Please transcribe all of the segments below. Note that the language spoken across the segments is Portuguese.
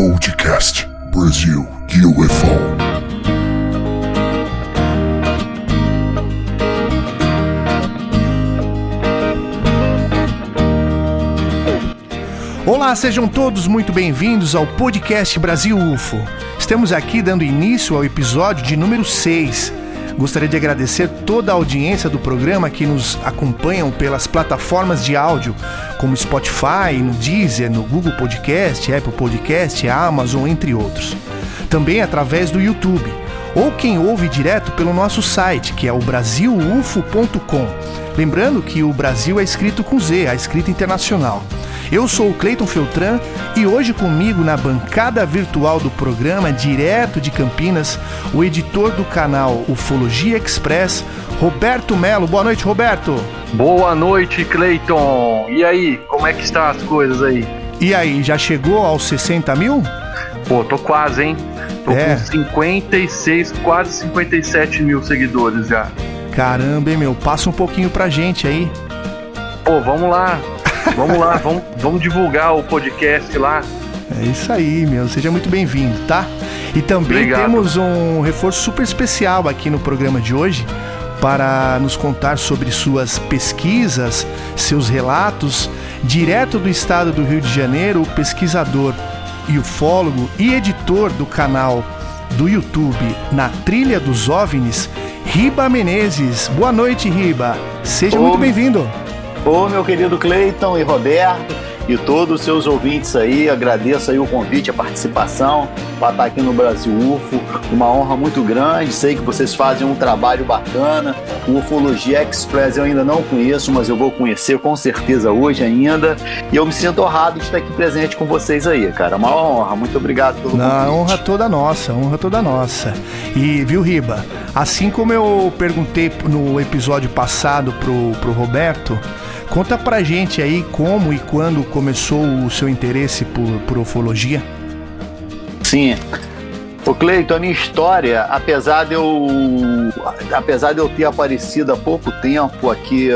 Podcast Brasil UFO. Olá, sejam todos muito bem-vindos ao Podcast Brasil UFO. Estamos aqui dando início ao episódio de número 6. Gostaria de agradecer toda a audiência do programa que nos acompanham pelas plataformas de áudio, como Spotify, no Deezer, no Google Podcast, Apple Podcast, Amazon, entre outros. Também através do YouTube, ou quem ouve direto pelo nosso site, que é o brasilufo.com. Lembrando que o Brasil é escrito com Z, a escrita internacional. Eu sou o Cleiton Feltran e hoje comigo na bancada virtual do programa, direto de Campinas, o editor do canal Ufologia Express, Roberto Melo. Boa noite, Roberto. Boa noite, Cleiton. E aí, como é que estão as coisas aí? E aí, já chegou aos 60 mil? Pô, tô quase, hein? Tô com 56, quase 57 mil seguidores já. Caramba, hein, meu? Passa um pouquinho pra gente aí. Pô, vamos lá. Vamos divulgar o podcast lá. É isso aí, meu. Seja muito bem-vindo, tá? E também Obrigado. Temos um reforço super especial aqui no programa de hoje para nos contar sobre suas pesquisas, seus relatos, direto do estado do Rio de Janeiro, o pesquisador e ufólogo e editor do canal do YouTube Na Trilha dos OVNIs, Riba Menezes. Boa noite, Riba. Seja muito bem-vindo. Ô, meu querido Cleiton e Roberto e todos os seus ouvintes aí, agradeço aí o convite, a participação para estar aqui no Brasil UFO, uma honra muito grande, sei que vocês fazem um trabalho bacana, o Ufologia Express eu ainda não conheço, mas eu vou conhecer com certeza hoje ainda, e eu me sinto honrado de estar aqui presente com vocês aí, cara, uma honra, muito obrigado pelo convite. Honra toda nossa. E, viu, Riba, assim como eu perguntei no episódio passado pro Roberto, conta pra gente aí como e quando começou o seu interesse por ufologia. Sim. Ô Cleiton, a minha história, apesar de eu ter aparecido há pouco tempo aqui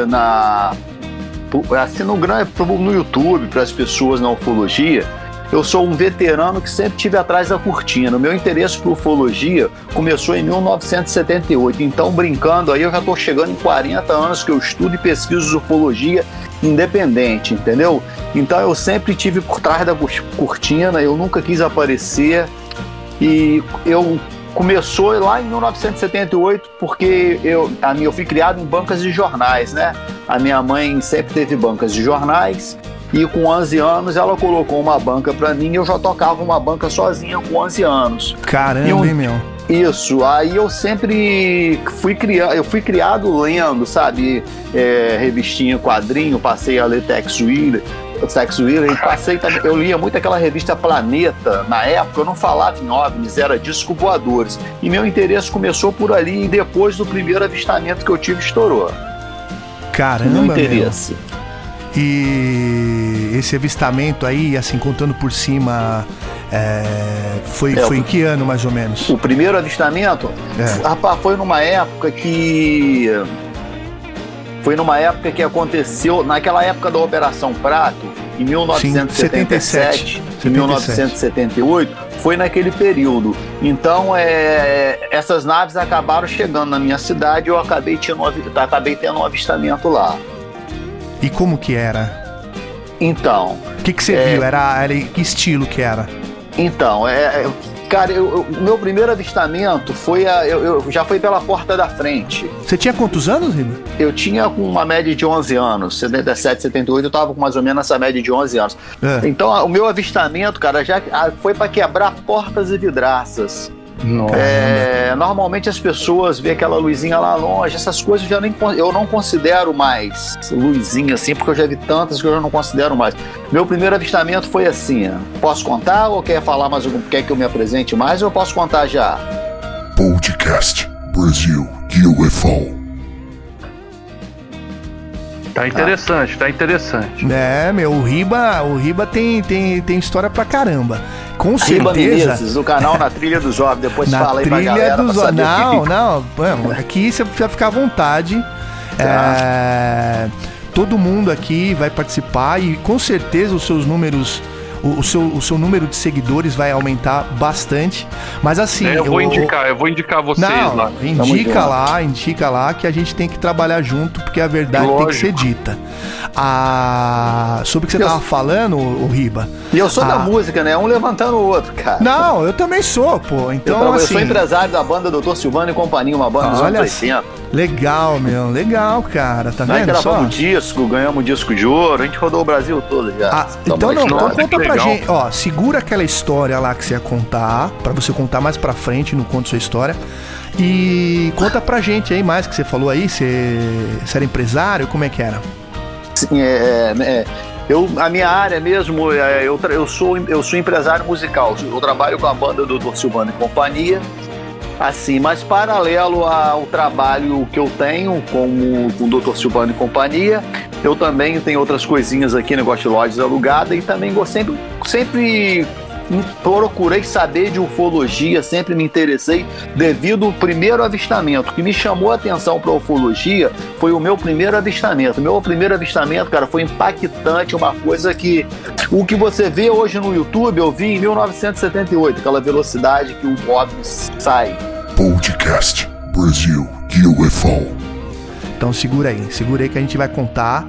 no YouTube para as pessoas na ufologia, eu sou um veterano que sempre estive atrás da cortina. O meu interesse por ufologia começou em 1978. Então, brincando aí, eu já estou chegando em 40 anos que eu estudo e pesquiso ufologia independente, entendeu? Então, eu sempre estive por trás da cortina, eu nunca quis aparecer. E começou lá em 1978 porque eu fui criado em bancas de jornais, né? A minha mãe sempre teve bancas de jornais. E com 11 anos ela colocou uma banca pra mim e eu já tocava uma banca sozinha com 11 anos. Caramba, hein, meu? Isso, aí eu sempre fui criado lendo, sabe? Revistinha, quadrinho, passei a ler Tex Willer, eu lia muito aquela revista Planeta. Na época eu não falava em OVNIs, era disco voadores. E meu interesse começou por ali e depois do primeiro avistamento que eu tive estourou. Caramba, meu interesse. E esse avistamento aí, assim, contando por cima, foi em que ano, mais ou menos? O primeiro avistamento? Foi numa época que aconteceu, naquela época da Operação Prato, em 1977, em 1978, foi naquele período. Então, essas naves acabaram chegando na minha cidade e eu acabei tendo um avistamento lá. E como que era? Então... O que você viu? Era que estilo que era? Então, cara, o meu primeiro avistamento já foi pela porta da frente. Você tinha quantos anos, Riba? Eu tinha uma média de 11 anos, 77, 78, eu tava com mais ou menos essa média de 11 anos. Então, o meu avistamento, cara, já foi para quebrar portas e vidraças. Normalmente as pessoas veem aquela luzinha lá longe, essas coisas eu não considero mais luzinha assim, porque eu já vi tantas que eu já não considero mais. Meu primeiro avistamento foi assim. Posso contar ou quer falar mais algum? Quer que eu me apresente mais ou eu posso contar já? Podcast Brasil UFO. Tá interessante. O Riba tem história pra caramba. Com Riba certeza. Menezes, do canal Na Trilha dos OVNIs. Depois fala aí pra galera pra saber. Não. Aqui você vai ficar à vontade. Todo mundo aqui vai participar e com certeza os seus números o seu número de seguidores vai aumentar bastante. Mas assim... Eu vou indicar vocês lá. Indica lá que a gente tem que trabalhar junto, porque a verdade tem que ser dita. Sobre o que você tava falando, o Riba. E eu sou da música, né? Um levantando o outro, cara. Não, eu também sou, pô. Então, eu sou empresário da banda Dr. Silvano e Companhia, uma banda dos anos 80. Legal, meu. Legal, cara. Tá vendo só? Gravamos disco, ganhamos disco de ouro. A gente rodou o Brasil todo já. Então conta pra gente. Ó, segura aquela história lá que você ia contar, pra você contar mais pra frente, não conta sua história. E conta pra gente aí mais que você falou aí. Você era empresário? Como é que era? Sim, a minha área mesmo, eu sou empresário musical. Eu trabalho com a banda do Dr. Silvano e Companhia. Assim, mas paralelo ao trabalho que eu tenho com o Dr. Silvano e Companhia, eu também tenho outras coisinhas aqui, negócio de lojas alugadas, e também sempre procurei saber de ufologia, sempre me interessei devido ao primeiro avistamento. O que me chamou a atenção para a ufologia foi o meu primeiro avistamento. Meu primeiro avistamento, cara, foi impactante, uma coisa que... O que você vê hoje no YouTube, eu vi em 1978, aquela velocidade que o OVNI sai. Podcast Brasil UFO. Então segura aí que a gente vai contar.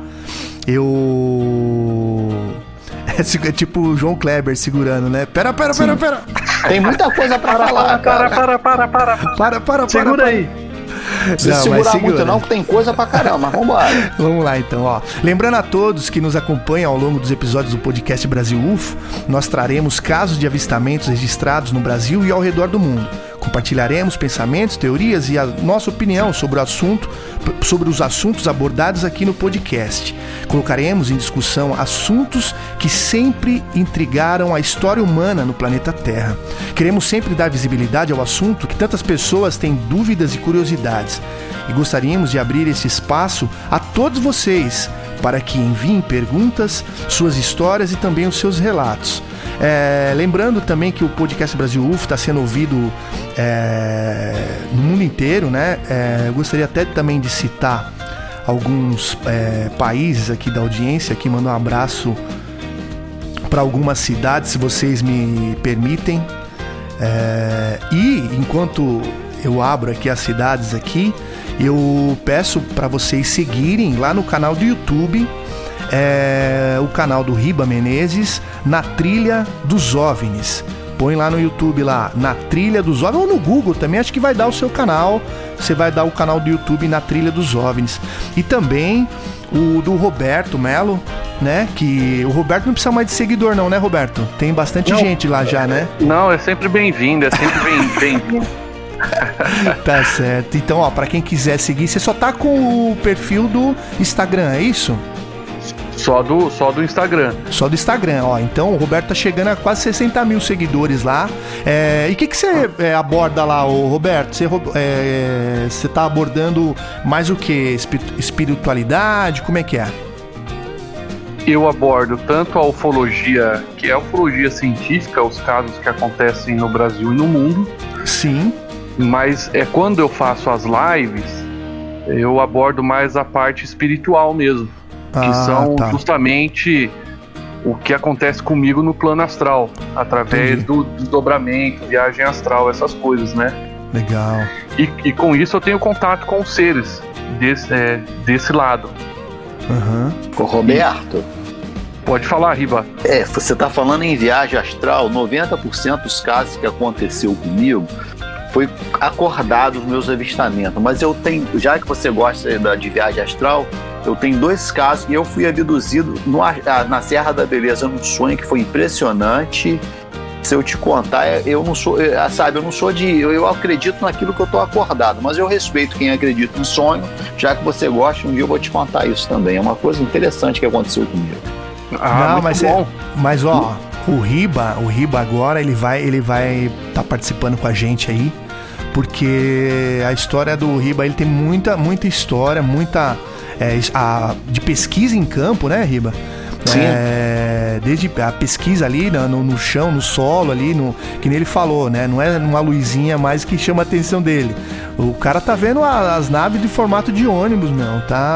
É tipo o João Kleber segurando, né? Pera. Tem muita coisa pra falar, cara. Para. Segura aí. Se segurar muito não, que tem coisa pra caramba, mas vambora. Vamos lá então, ó. Lembrando a todos que nos acompanham ao longo dos episódios do podcast Brasil UFO, nós traremos casos de avistamentos registrados no Brasil e ao redor do mundo. Compartilharemos pensamentos, teorias e a nossa opinião sobre os assuntos abordados aqui no podcast. Colocaremos em discussão assuntos que sempre intrigaram a história humana no planeta Terra. Queremos sempre dar visibilidade ao assunto que tantas pessoas têm dúvidas e curiosidades. E gostaríamos de abrir esse espaço a todos vocês para que enviem perguntas, suas histórias e também os seus relatos. Lembrando também que o podcast Brasil UFO está sendo ouvido no mundo inteiro, né? Eu gostaria até também de citar alguns países aqui da audiência, aqui mandar um abraço para algumas cidades, se vocês me permitem. E enquanto eu abro aqui as cidades aqui, eu peço para vocês seguirem lá no canal do YouTube, o canal do Riba Menezes, Na Trilha dos OVNIs. Põe lá no YouTube, lá, Na Trilha dos OVNIs, ou no Google também, acho que vai dar o seu canal. Você vai dar o canal do YouTube Na Trilha dos OVNIs. E também o do Roberto Melo, né? Que o Roberto não precisa mais de seguidor não, né, Roberto? Tem bastante gente lá já, né? Não, é sempre bem-vindo, bem-vindo. Tá certo. Então, ó, pra quem quiser seguir, você só tá com o perfil do Instagram, é isso? Só do Instagram. Só do Instagram, ó. Então o Roberto tá chegando a quase 60 mil seguidores lá. E o que você aborda lá, ô Roberto? Você tá abordando mais o que? Espiritualidade? Como é que é? Eu abordo tanto a ufologia, que é a ufologia científica, os casos que acontecem no Brasil e no mundo. Sim. Mas quando eu faço as lives, eu abordo mais a parte espiritual mesmo. Que são justamente o que acontece comigo no plano astral, através do desdobramento, viagem astral, essas coisas, né? Legal. E com isso eu tenho contato com os seres desse lado. Ô Roberto, pode falar, Riba. Você tá falando em viagem astral, 90% dos casos que aconteceu comigo foi acordado os meus avistamentos, mas eu tenho, já que você gosta de viagem astral, eu tenho 2 casos e eu fui abduzido na Serra da Beleza num sonho que foi impressionante. Se eu te contar, eu não sou, sabe, eu não sou eu acredito naquilo que eu tô acordado, mas eu respeito quem acredita em sonho. Já que você gosta, um dia eu vou te contar isso também. É uma coisa interessante que aconteceu comigo. Não, mas ó, o Riba agora ele vai tá participando com a gente aí, porque a história do Riba, ele tem muita história, muita de pesquisa em campo, né, Riba? Sim. Desde a pesquisa ali no chão, no solo ali, que nem ele falou, né? Não é uma luzinha mais que chama a atenção dele. O cara tá vendo as naves de formato de ônibus, meu.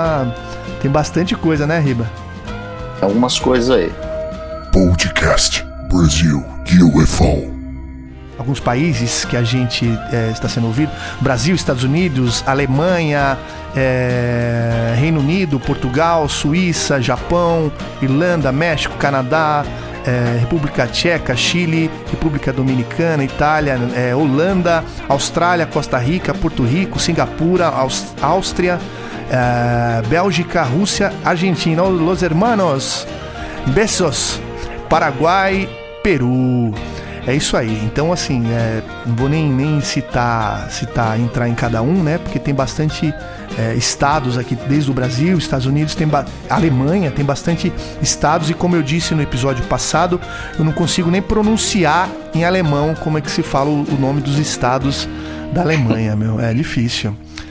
Tem bastante coisa, né, Riba? Algumas coisas aí. Podcast Brasil UFO. Alguns países que a gente está sendo ouvido: Brasil, Estados Unidos, Alemanha, Reino Unido, Portugal, Suíça, Japão, Irlanda, México, Canadá, República Tcheca, Chile, República Dominicana, Itália, Holanda, Austrália, Costa Rica, Porto Rico, Singapura, Áustria, Bélgica, Rússia, Argentina, Los Hermanos, besos, Paraguai, Peru. É isso aí. Então, assim, não vou nem entrar em cada um, né? Porque tem bastante estados aqui, desde o Brasil, Estados Unidos, Alemanha, tem bastante estados. E como eu disse no episódio passado, eu não consigo nem pronunciar em alemão como é que se fala o nome dos estados da Alemanha, meu. É difícil.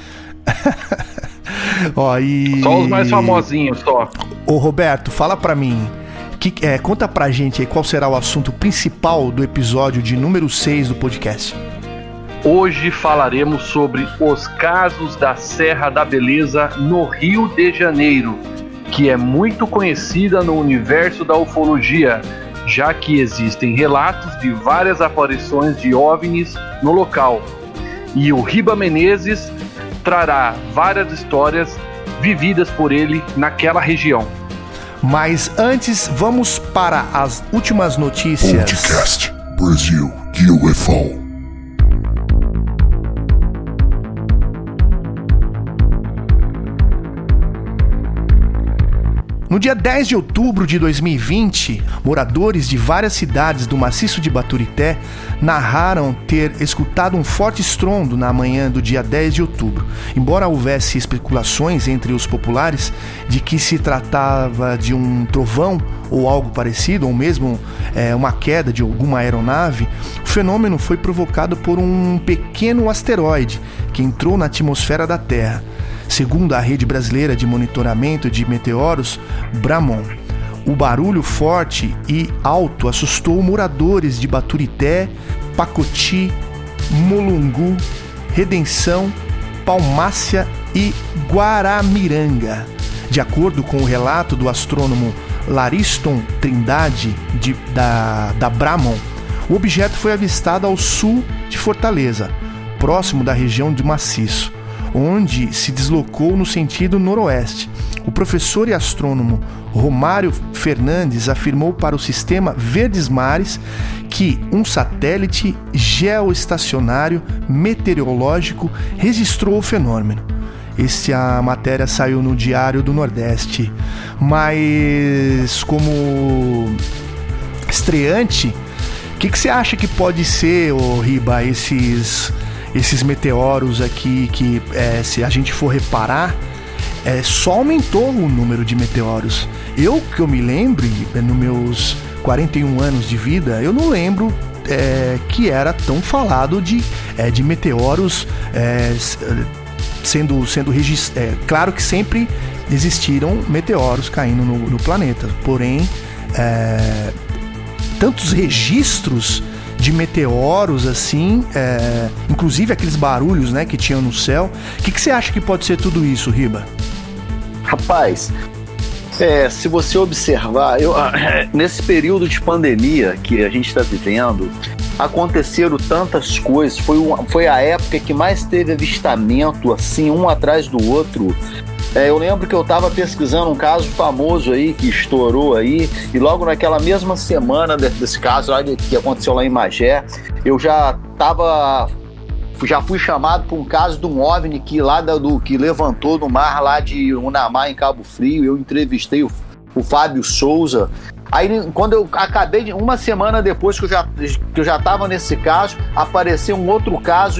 Só os mais famosinhos, só. Ô, Roberto, fala pra mim. Conta pra gente aí qual será o assunto principal do episódio de número 6 do podcast. Hoje falaremos sobre os casos da Serra da Beleza no Rio de Janeiro, que é muito conhecida no universo da ufologia, já que existem relatos de várias aparições de OVNIs no local. E o Riba Menezes trará várias histórias vividas por ele naquela região. Mas antes, vamos para as últimas notícias. Podcast Brasil UFO. No dia 10 de outubro de 2020, moradores de várias cidades do maciço de Baturité narraram ter escutado um forte estrondo na manhã do dia 10 de outubro. Embora houvesse especulações entre os populares de que se tratava de um trovão ou algo parecido, ou mesmo uma queda de alguma aeronave, o fenômeno foi provocado por um pequeno asteroide que entrou na atmosfera da Terra. Segundo a Rede Brasileira de Monitoramento de Meteoros, Bramon, o barulho forte e alto assustou moradores de Baturité, Pacoti, Mulungu, Redenção, Palmácia e Guaramiranga. De acordo com o relato do astrônomo Lariston Trindade da Bramon, o objeto foi avistado ao sul de Fortaleza, próximo da região de Maciço, onde se deslocou no sentido noroeste. O professor e astrônomo Romário Fernandes afirmou para o sistema Verdes Mares que um satélite geoestacionário meteorológico registrou o fenômeno. A matéria saiu no Diário do Nordeste, mas como estreante, o que você acha que pode ser, Riba, esses meteoros aqui que, se a gente for reparar, só aumentou o número de meteoros. Que eu me lembre, nos meus 41 anos de vida, eu não lembro que era tão falado de meteoros sendo registrados. Claro que sempre existiram meteoros caindo no planeta, porém, tantos registros de meteoros assim, inclusive aqueles barulhos, né, que tinham no céu. O que você acha que pode ser tudo isso, Riba? Rapaz, se você observar, nesse período de pandemia que a gente está vivendo, aconteceram tantas coisas. Foi a época que mais teve avistamento, assim, um atrás do outro. Eu lembro que eu estava pesquisando um caso famoso aí, que estourou aí, e logo naquela mesma semana desse caso lá, que aconteceu lá em Magé, eu já fui chamado para um caso de um OVNI que levantou no mar lá de Unamar, em Cabo Frio. Eu entrevistei o Fábio Souza. Aí, quando eu acabei uma semana depois que eu já estava nesse caso, apareceu um outro caso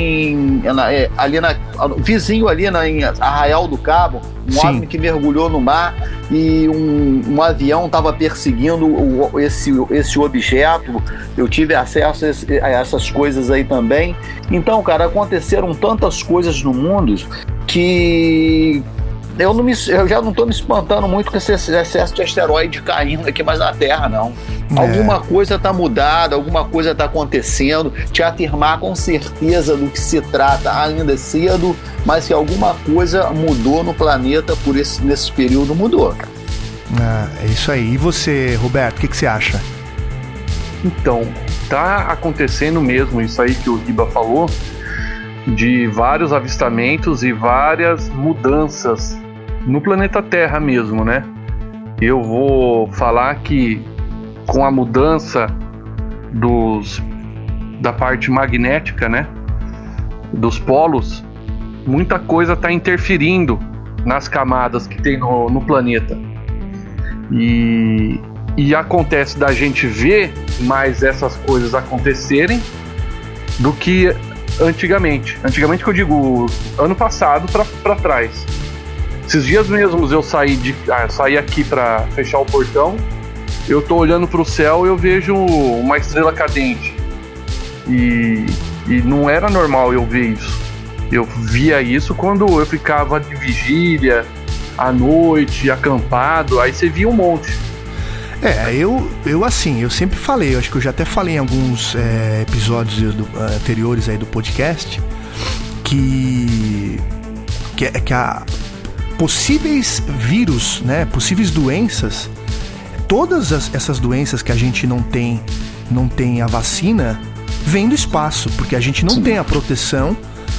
vizinho ali em Arraial do Cabo, um OVNI que mergulhou no mar e um avião estava perseguindo esse objeto. Eu tive acesso a essas coisas aí também. Então, cara, aconteceram tantas coisas no mundo que eu já não estou me espantando muito com esse excesso de asteroide caindo aqui mais na Terra, não. Alguma coisa está mudada, alguma coisa está acontecendo. Te afirmar com certeza do que se trata ainda é cedo, mas que alguma coisa mudou no planeta nesse período, mudou. É isso aí. E você, Roberto, o que você acha? Então, tá acontecendo mesmo isso aí que o Riba falou, de vários avistamentos e várias mudanças no planeta Terra mesmo, né? Eu vou falar que com a mudança da parte magnética, né, dos polos, muita coisa está interferindo nas camadas que tem no planeta. E acontece da gente ver mais essas coisas acontecerem do que antigamente. Antigamente que eu digo, ano passado para trás. Esses dias mesmos eu saí aqui para fechar o portão, eu tô olhando pro céu e eu vejo uma estrela cadente. E não era normal eu ver isso. Eu via isso quando eu ficava de vigília, à noite, acampado, aí você via um monte. Eu sempre falei, eu acho que eu já até falei em alguns episódios anteriores aí do podcast, que há possíveis vírus, né, possíveis doenças, todas essas doenças que a gente não tem a vacina, vem do espaço, porque a gente não tem a proteção.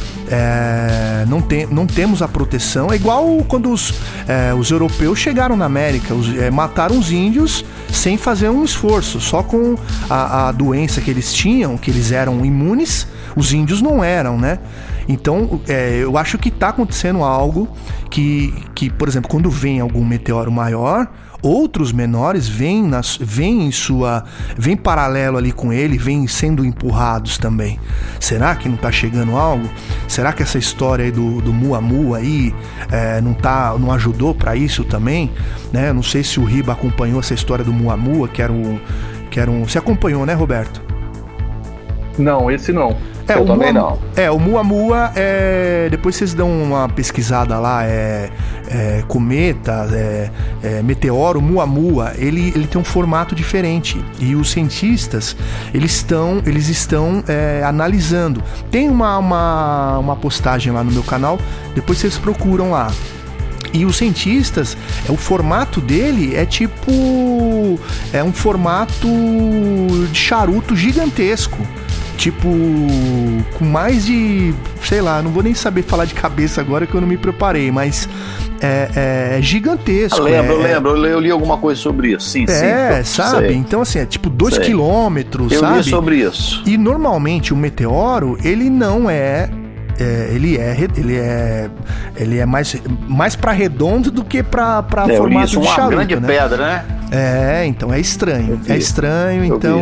Não temos a proteção. É igual quando os europeus chegaram na América, mataram os índios sem fazer um esforço, só com a doença que eles tinham, que eles eram imunes, os índios não eram, né? Então eu acho que está acontecendo algo que, por exemplo, quando vem algum meteoro maior, outros menores vêm paralelo ali com ele, vêm sendo empurrados também. Será que não está chegando algo? Será que essa história aí do Muamua aí não ajudou para isso também? Né? Não sei se o Riba acompanhou essa história do Muamua, que era um... Você acompanhou, né, Roberto? Não, esse não. Eu também não. O Muamua, depois vocês dão uma pesquisada lá, cometa, meteoro, Muamua, ele tem um formato diferente, e os cientistas, eles estão analisando. Tem uma postagem lá no meu canal, depois vocês procuram lá. E os cientistas, o formato dele é um formato de charuto gigantesco. Tipo, com mais de, sei lá, não vou nem saber falar de cabeça agora que eu não me preparei, mas é gigantesco. Lembro, eu li alguma coisa sobre isso, sim. Sabe? Sei. Então, assim, é tipo 2 quilômetros, sabe? Eu li sobre isso. E normalmente o meteoro, ele não é... ele é mais pra redondo do que pra formato de charuto, uma grande pedra, né? Então é estranho. Então...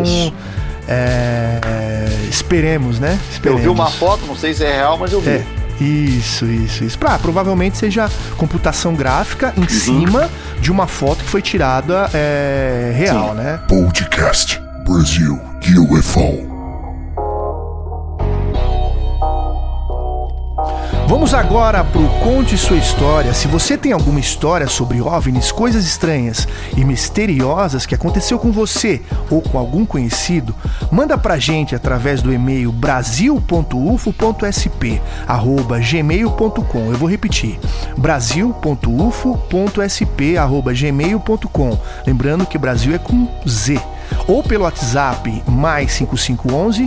esperemos, né? Eu vi uma foto, não sei se é real, mas eu vi. Isso. Provavelmente seja computação gráfica em cima de uma foto que foi tirada real, sim, né? Podcast Brasil UFO. Vamos agora pro Conte Sua História. Se você tem alguma história sobre OVNIs, coisas estranhas e misteriosas que aconteceu com você ou com algum conhecido, manda pra gente através do e-mail brasil.ufo.sp@gmail.com. Eu vou repetir, brasil.ufo.sp@gmail.com. Lembrando que Brasil é com Z. Ou pelo WhatsApp mais 5511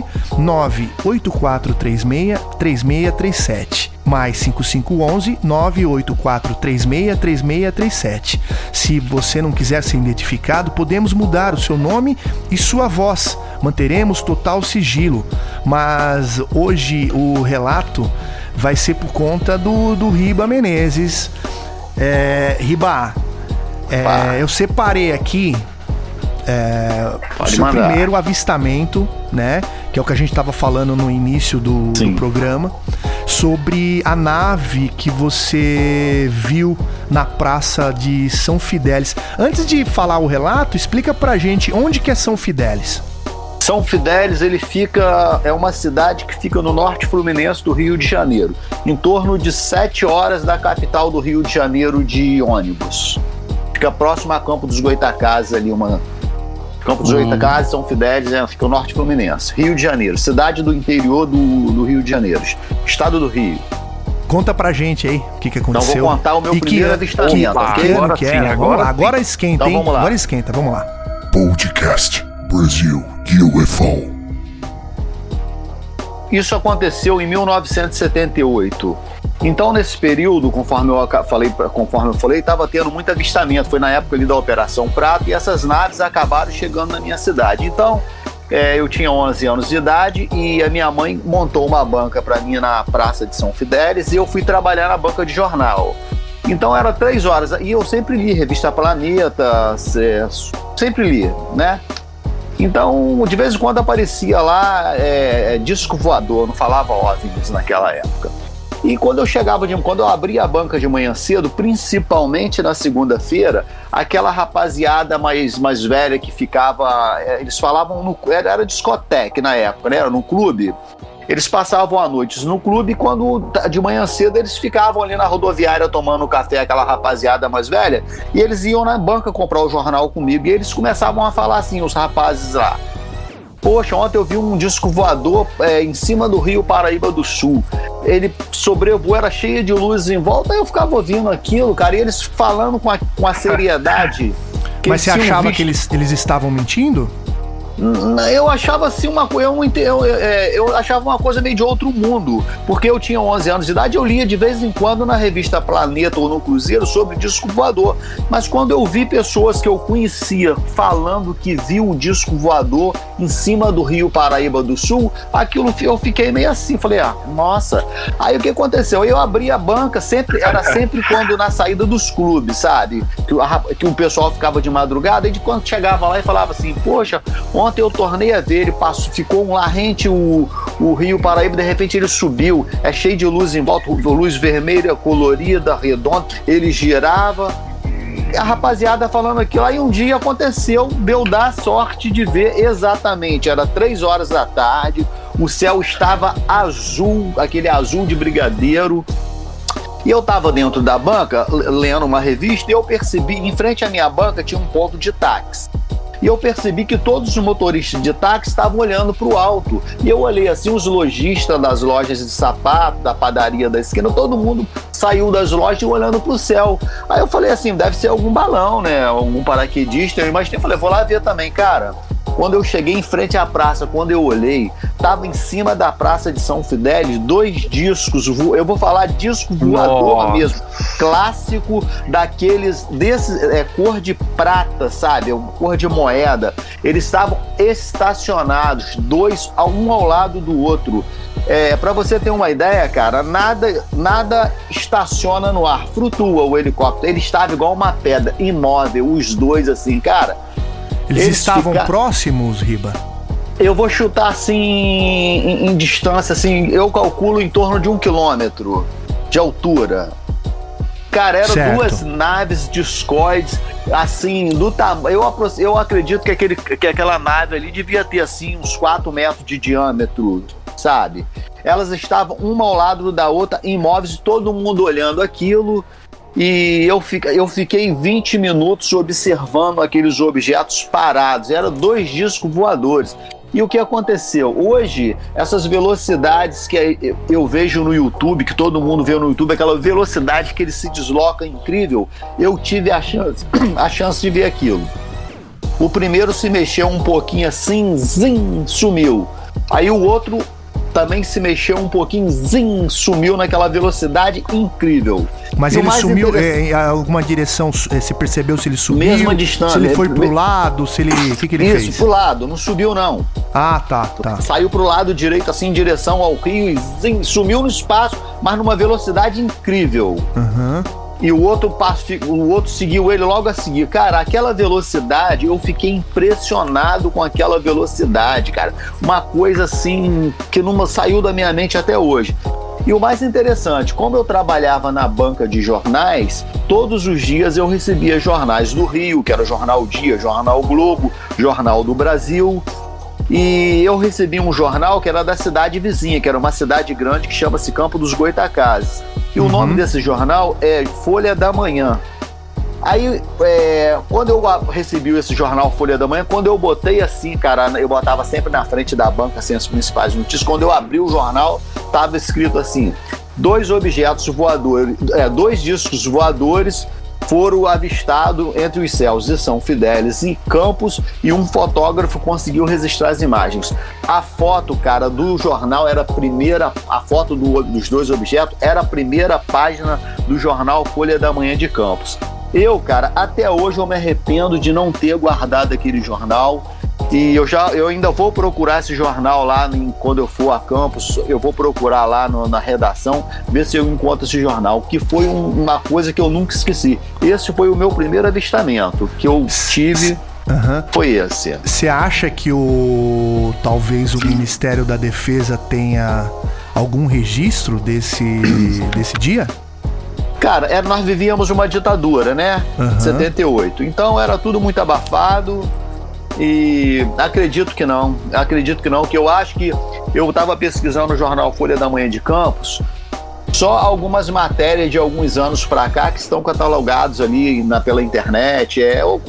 98436 3637. Mais 5511 98436 3637. Se você não quiser ser identificado, podemos mudar o seu nome e sua voz. Manteremos total sigilo. Mas hoje o relato vai ser por conta do Riba Menezes. Riba, eu separei aqui seu primeiro avistamento, né? Que é o que a gente estava falando no início do programa, sobre a nave que você viu na Praça de São Fidélis. Antes de falar o relato, explica pra gente onde que é São Fidélis. São Fidélis, é uma cidade que fica no norte fluminense do Rio de Janeiro, em torno de 7 horas da capital do Rio de Janeiro de ônibus. Fica próximo a Campo dos Goitacazes ali, Campo dos Goitacazes, São Fidélis, fica o norte fluminense. Rio de Janeiro, cidade do interior do Rio de Janeiro, estado do Rio. Conta pra gente aí o que aconteceu. Então vou contar o meu primeiro avistamento. Agora esquenta, então, hein? Vamos lá. Agora esquenta, vamos lá. Podcast Brasil UFO. Isso aconteceu em 1978. Então, nesse período, conforme eu falei, estava tendo muito avistamento. Foi na época ali da Operação Prato e essas naves acabaram chegando na minha cidade. Então, eu tinha 11 anos de idade e a minha mãe montou uma banca para mim na Praça de São Fidélis e eu fui trabalhar na banca de jornal. Então, era 3 horas e eu sempre li Revista Planeta, sempre li, né? Então, de vez em quando aparecia lá disco voador, não falava OVNIs naquela época. E quando eu abria a banca de manhã cedo, principalmente na segunda-feira, aquela rapaziada mais velha que ficava, eles falavam, era discoteca na época, né? Era no clube. Eles passavam a noite no clube e quando de manhã cedo eles ficavam ali na rodoviária tomando café, aquela rapaziada mais velha, e eles iam na banca comprar o jornal comigo e eles começavam a falar assim, os rapazes lá: poxa, ontem eu vi um disco voador em cima do Rio Paraíba do Sul. Ele sobrevoou, era cheio de luzes em volta, aí eu ficava ouvindo aquilo, cara, e eles falando com a seriedade. Mas você achava que eles estavam mentindo? Eu achava assim eu achava uma coisa meio de outro mundo, porque eu tinha 11 anos de idade, eu lia de vez em quando na revista Planeta ou no Cruzeiro sobre disco voador, mas quando eu vi pessoas que eu conhecia falando que viu o disco voador em cima do Rio Paraíba do Sul, aquilo eu fiquei meio assim, falei, nossa. Aí o que aconteceu? Eu abri a banca, era sempre quando na saída dos clubes, sabe? Que o pessoal ficava de madrugada, e de quando chegava lá e falava assim, poxa, ontem eu tornei a ver, ele ficou um larrente o Rio Paraíba, de repente ele subiu, cheio de luz em volta, luz vermelha, colorida, redonda, ele girava, a rapaziada falando aquilo. Aí um dia aconteceu de eu dar sorte de ver exatamente, era 3 horas da tarde, o céu estava azul, aquele azul de brigadeiro, e eu estava dentro da banca, lendo uma revista, e eu percebi, em frente à minha banca tinha um ponto de táxi. E eu percebi que todos os motoristas de táxi estavam olhando para o alto. E eu olhei assim, os lojistas das lojas de sapato, da padaria da esquina, todo mundo saiu das lojas olhando para o céu. Aí eu falei assim, deve ser algum balão, né? Algum paraquedista. Eu imaginei, falei, vou lá ver também, cara. Quando eu cheguei em frente à praça, quando eu olhei, tava em cima da Praça de São Fidélis 2 discos, eu vou falar disco voador mesmo, clássico daqueles, cor de prata, sabe, cor de moeda. Eles estavam estacionados, um ao lado do outro. Pra você ter uma ideia, cara, nada estaciona no ar, flutua o helicóptero. Ele estava igual uma pedra, imóvel, os dois assim, cara. Eles estavam próximos, Riba? Eu vou chutar assim, em distância, assim, eu calculo em torno de 1 quilômetro de altura. Cara, eram 2 naves discoides, assim, do tamanho. Eu acredito que aquela nave ali devia ter, assim, uns 4 metros de diâmetro, sabe? Elas estavam uma ao lado da outra, imóveis, todo mundo olhando aquilo. E eu fiquei 20 minutos observando aqueles objetos parados. Eram 2 discos voadores. E o que aconteceu? Hoje, essas velocidades que eu vejo no YouTube, que todo mundo vê no YouTube, aquela velocidade que ele se desloca incrível, eu tive a chance de ver aquilo. O primeiro se mexeu um pouquinho assim, sumiu. Aí o outro também se mexeu um pouquinho, sumiu naquela velocidade incrível. Mas ele sumiu em alguma direção, você percebeu se ele sumiu? Mesma distância. Se ele foi pro lado, o que ele fez? Isso, pro lado, não subiu não. Ah, tá. Saiu pro lado direito, assim, em direção ao rio e sumiu no espaço, mas numa velocidade incrível. E o outro seguiu ele logo a seguir. Cara, aquela velocidade, eu fiquei impressionado com aquela velocidade, cara. Uma coisa assim que não saiu da minha mente até hoje. E o mais interessante, como eu trabalhava na banca de jornais, todos os dias eu recebia jornais do Rio, que era o Jornal Dia, Jornal Globo, Jornal do Brasil. E eu recebi um jornal que era da cidade vizinha, que era uma cidade grande que chama-se Campo dos Goitacazes. E o nome desse jornal é Folha da Manhã. Aí, quando eu recebi esse jornal Folha da Manhã, quando eu botei assim, cara, eu botava sempre na frente da banca, assim, as principais notícias. Quando eu abri o jornal, tava escrito assim: 2 objetos voadores, 2 discos voadores foram avistados entre os céus de São Fidélis e Campos, e um fotógrafo conseguiu registrar as imagens. A foto, cara, do jornal era a foto dos dois objetos era a primeira página do jornal Folha da Manhã de Campos. Eu, cara, até hoje eu me arrependo de não ter guardado aquele jornal. E eu ainda vou procurar esse jornal lá, quando eu for a Campos, eu vou procurar lá na redação, ver se eu encontro esse jornal, que foi uma coisa que eu nunca esqueci. Esse foi o meu primeiro avistamento que eu tive, foi esse. Você acha que talvez o Ministério da Defesa tenha algum registro desse dia? Cara, nós vivíamos uma ditadura, né? 78. Então era tudo muito abafado. E acredito que não, que eu acho que eu estava pesquisando no jornal Folha da Manhã de Campos, só algumas matérias de alguns anos para cá que estão catalogados ali pela internet,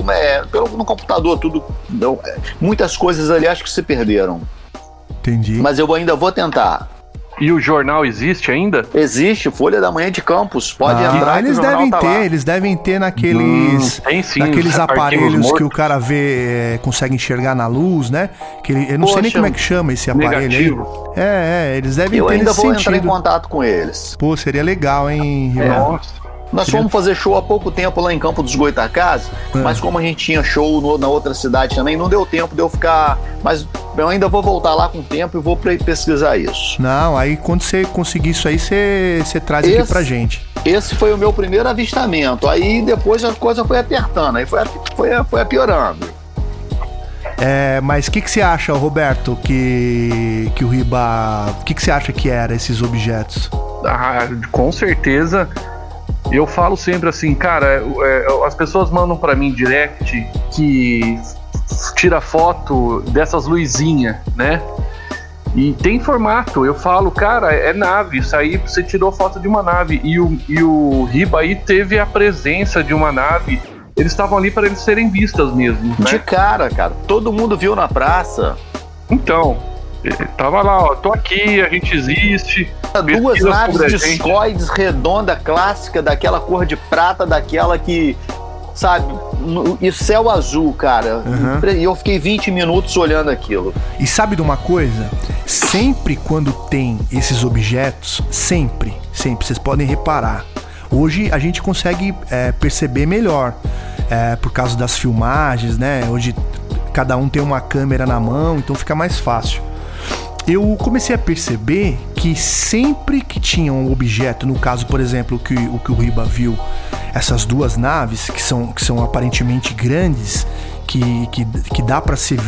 no computador, tudo, muitas coisas ali acho que se perderam. Entendi. Mas eu ainda vou tentar. E o jornal existe ainda? Existe, Folha da Manhã de Campos. Pode entrar. Eles devem ter naqueles aparelhos que o cara vê, consegue enxergar na luz, né? Eu não sei nem como é que chama esse aparelho negativo. Aí. Eles devem ter. Eu ainda vou entrar em contato com eles. Pô, seria legal, hein, Rival? Nossa. Nós fomos fazer show há pouco tempo lá em Campo dos Goitacazes, mas como a gente tinha show na outra cidade também, não deu tempo de eu ficar. Mas eu ainda vou voltar lá com o tempo e vou pesquisar isso. Não, aí quando você conseguir isso aí, você traz aqui pra gente. Esse foi o meu primeiro avistamento. Aí depois a coisa foi apertando, aí foi piorando. Mas o que você acha, Roberto, que o Riba... O que você acha que eram esses objetos? Com certeza... Eu falo sempre assim, cara, as pessoas mandam pra mim direct que tira foto dessas luzinhas, né? E tem formato. Eu falo, cara, é nave. Isso aí você tirou foto de uma nave. E o Riba aí teve a presença de uma nave. Eles estavam ali para eles serem vistas mesmo, né? De cara. Todo mundo viu na praça. Então, tava lá, ó, tô aqui, a gente existe. Duas naves discoides, redonda, clássica, daquela cor de prata, daquela que, sabe, e céu azul, cara. E eu fiquei 20 minutos olhando aquilo. E sabe de uma coisa? Sempre quando tem esses objetos, sempre, vocês podem reparar, hoje a gente consegue perceber melhor, por causa das filmagens, né? Hoje cada um tem uma câmera na mão, então fica mais fácil. Eu comecei a perceber que sempre que tinha um objeto, no caso, por exemplo, o que o Riba viu, essas duas naves que são aparentemente grandes, que dá para ser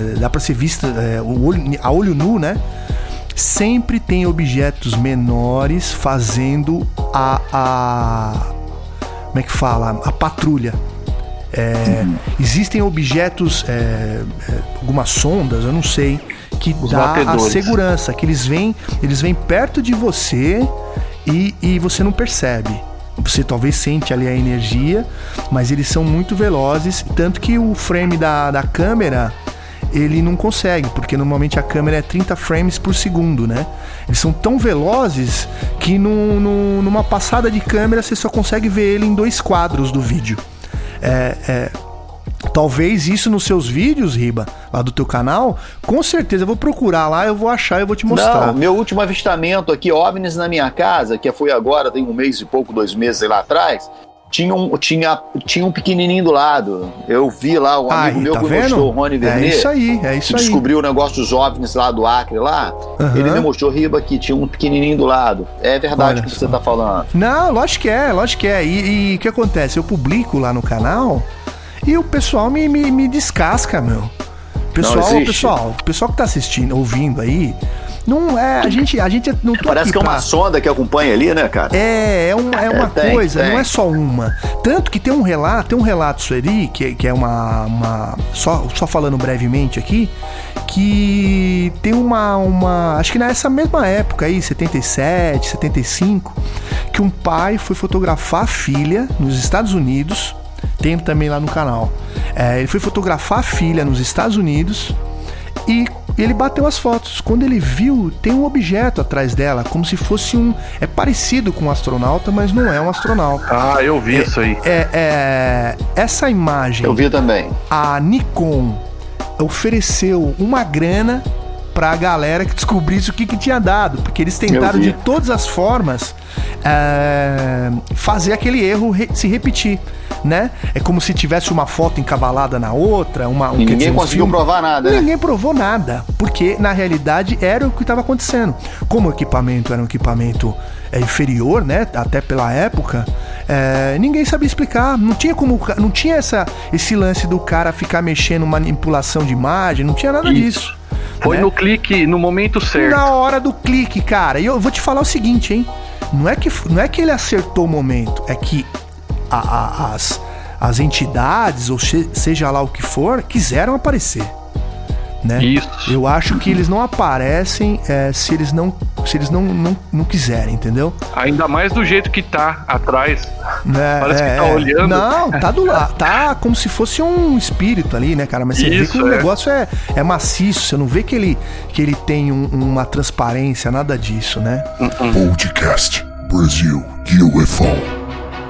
vista a olho nu, né? Sempre tem objetos menores fazendo como é que fala? A patrulha. Existem objetos, algumas sondas, eu não sei, que dá a segurança, que eles vêm perto de você e você não percebe. Você talvez sente ali a energia, mas eles são muito velozes, tanto que o frame da câmera ele não consegue, porque normalmente a câmera é 30 frames por segundo, né? Eles são tão velozes que numa passada de câmera você só consegue ver ele em 2 quadros do vídeo. Talvez isso nos seus vídeos, Riba, lá do teu canal, com certeza eu vou procurar lá, eu vou achar e eu vou te mostrar. Não, meu último avistamento aqui, OVNIs na minha casa, que foi agora, tem 1 mês e pouco, 2 meses, sei lá atrás, tinha um pequenininho do lado. Eu vi lá, um amigo meu que mostrou, o Rony Vernet. É isso aí. Descobriu o negócio dos OVNIs lá do Acre, lá. Ele me mostrou, Riba, que tinha um pequenininho do lado. É verdade o que você tá falando. Não, lógico que é. E o que acontece? Eu publico lá no canal e o pessoal me descasca, meu. O pessoal que tá assistindo, ouvindo aí, não é, a gente não tá. Parece que é uma sonda que acompanha ali, né, cara? É uma coisa, não é só uma. Tanto que tem um relato isso ali, que é só falando brevemente aqui, que tem acho que nessa mesma época aí, 77, 75, que um pai foi fotografar a filha nos Estados Unidos. Tem também lá no canal. Ele foi fotografar a filha nos Estados Unidos e ele bateu as fotos. Quando ele viu, tem um objeto atrás dela, como se fosse é parecido com um astronauta, mas não é um astronauta. Ah, eu vi isso aí. Essa imagem... Eu vi também. A Nikon ofereceu uma grana pra galera que descobrisse o que tinha dado, porque eles tentaram de todas as formas fazer aquele erro se repetir, né? É como se tivesse uma foto encavalada na outra, e ninguém conseguiu provar nada, né? Ninguém provou nada, porque na realidade era o que estava acontecendo. Como o equipamento era um equipamento inferior, né? Até pela época, ninguém sabia explicar. Não tinha esse lance do cara ficar mexendo, manipulação de imagem, não tinha nada disso. Foi, né? No clique, no momento certo. Na hora do clique, cara. E eu vou te falar o seguinte, hein? Não é que ele acertou o momento, é que as entidades, ou seja lá o que for, quiseram aparecer, né? Isso. Eu acho que eles não aparecem se eles não quiserem, entendeu? Ainda mais do jeito que tá atrás. Parece que tá olhando. Não, tá do lado. Tá como se fosse um espírito ali, né, cara? Mas você vê que o negócio é maciço. Você não vê que ele tem uma transparência, nada disso, né? Podcast Brasil UFO.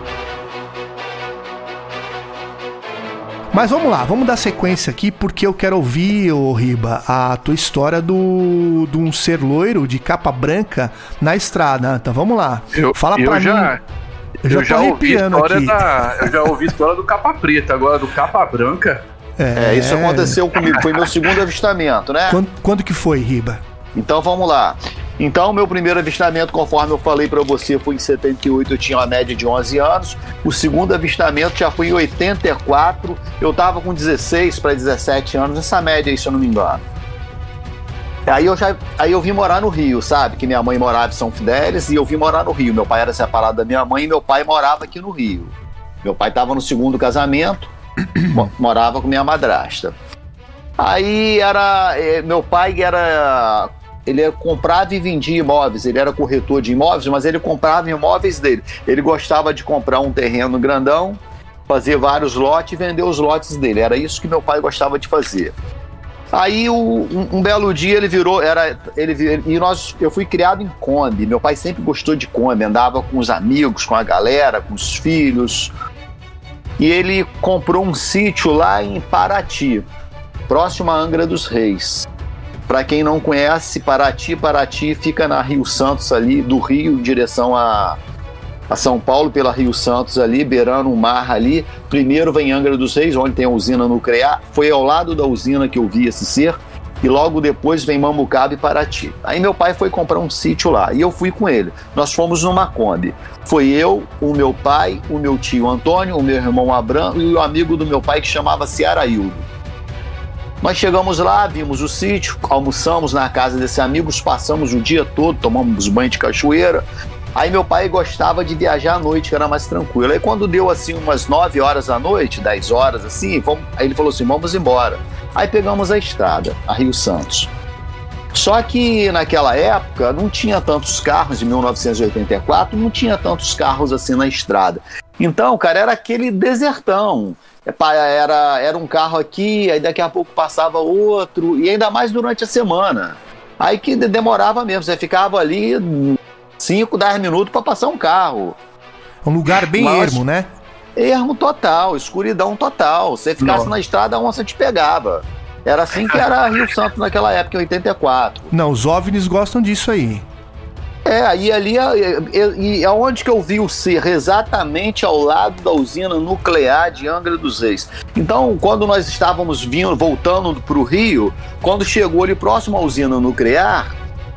Mas vamos lá, vamos dar sequência aqui, porque eu quero ouvir, Riba, a tua história de um ser loiro de capa branca na estrada. Então vamos lá. Fala pra mim. Eu já ouvi a história aqui. Eu já ouvi a história do capa preta, agora do capa branca. Isso aconteceu comigo, foi meu segundo avistamento, né? Quando que foi, Riba? Então vamos lá. Então, meu primeiro avistamento, conforme eu falei pra você, foi em 78, eu tinha uma média de 11 anos. O segundo avistamento já foi em 84, eu tava com 16 para 17 anos, essa média aí, se eu não me engano. Aí eu vim morar no Rio, sabe? Que minha mãe morava em São Fidélis e eu vim morar no Rio. Meu pai era separado da minha mãe e meu pai morava aqui no Rio. Meu pai tava no segundo casamento, morava com minha madrasta. Aí meu pai ele comprava e vendia imóveis, ele era corretor de imóveis, mas ele comprava imóveis dele. Ele gostava de comprar um terreno grandão, fazer vários lotes e vender os lotes dele. Era isso que meu pai gostava de fazer. Aí um belo dia eu fui criado em Kombi. Meu pai sempre gostou de Kombi, andava com os amigos, com a galera, com os filhos. E ele comprou um sítio lá em Paraty, próximo a Angra dos Reis. Para quem não conhece, Paraty fica na Rio Santos ali, do Rio em direção a São Paulo, pela Rio Santos ali, beirando o mar ali. Primeiro vem Angra dos Reis, onde tem a usina nuclear. Foi ao lado da usina que eu vi esse ser. E logo depois vem Mambucaba e Paraty. Aí meu pai foi comprar um sítio lá e eu fui com ele. Nós fomos numa Kombi. Foi eu, o meu pai, o meu tio Antônio, o meu irmão Abrão e o amigo do meu pai que chamava-se Araildo. Nós chegamos lá, vimos o sítio, almoçamos na casa desse amigo, passamos o dia todo, tomamos banho de cachoeira. Aí meu pai gostava de viajar à noite, que era mais tranquilo. Aí quando deu assim umas 9 horas da noite, 10 horas assim, aí ele falou assim, vamos embora. Aí pegamos a estrada, a Rio Santos. Só que naquela época não tinha tantos carros, em 1984, não tinha tantos carros assim na estrada. Então, cara, era aquele desertão. Era um carro aqui, aí daqui a pouco passava outro, e ainda mais durante a semana. Aí que demorava mesmo, você ficava ali 5, 10 minutos para passar um carro. Um lugar bem ermo, né? Ermo total, escuridão total. Você ficasse na estrada, a onça te pegava. Era assim que era Rio Santos naquela época, em 84. Não, os OVNIs gostam disso aí. E ali, e aonde que eu vi o ser? Exatamente ao lado da usina nuclear de Angra dos Reis. Então, quando nós estávamos voltando para o Rio, quando chegou ali próximo à usina nuclear,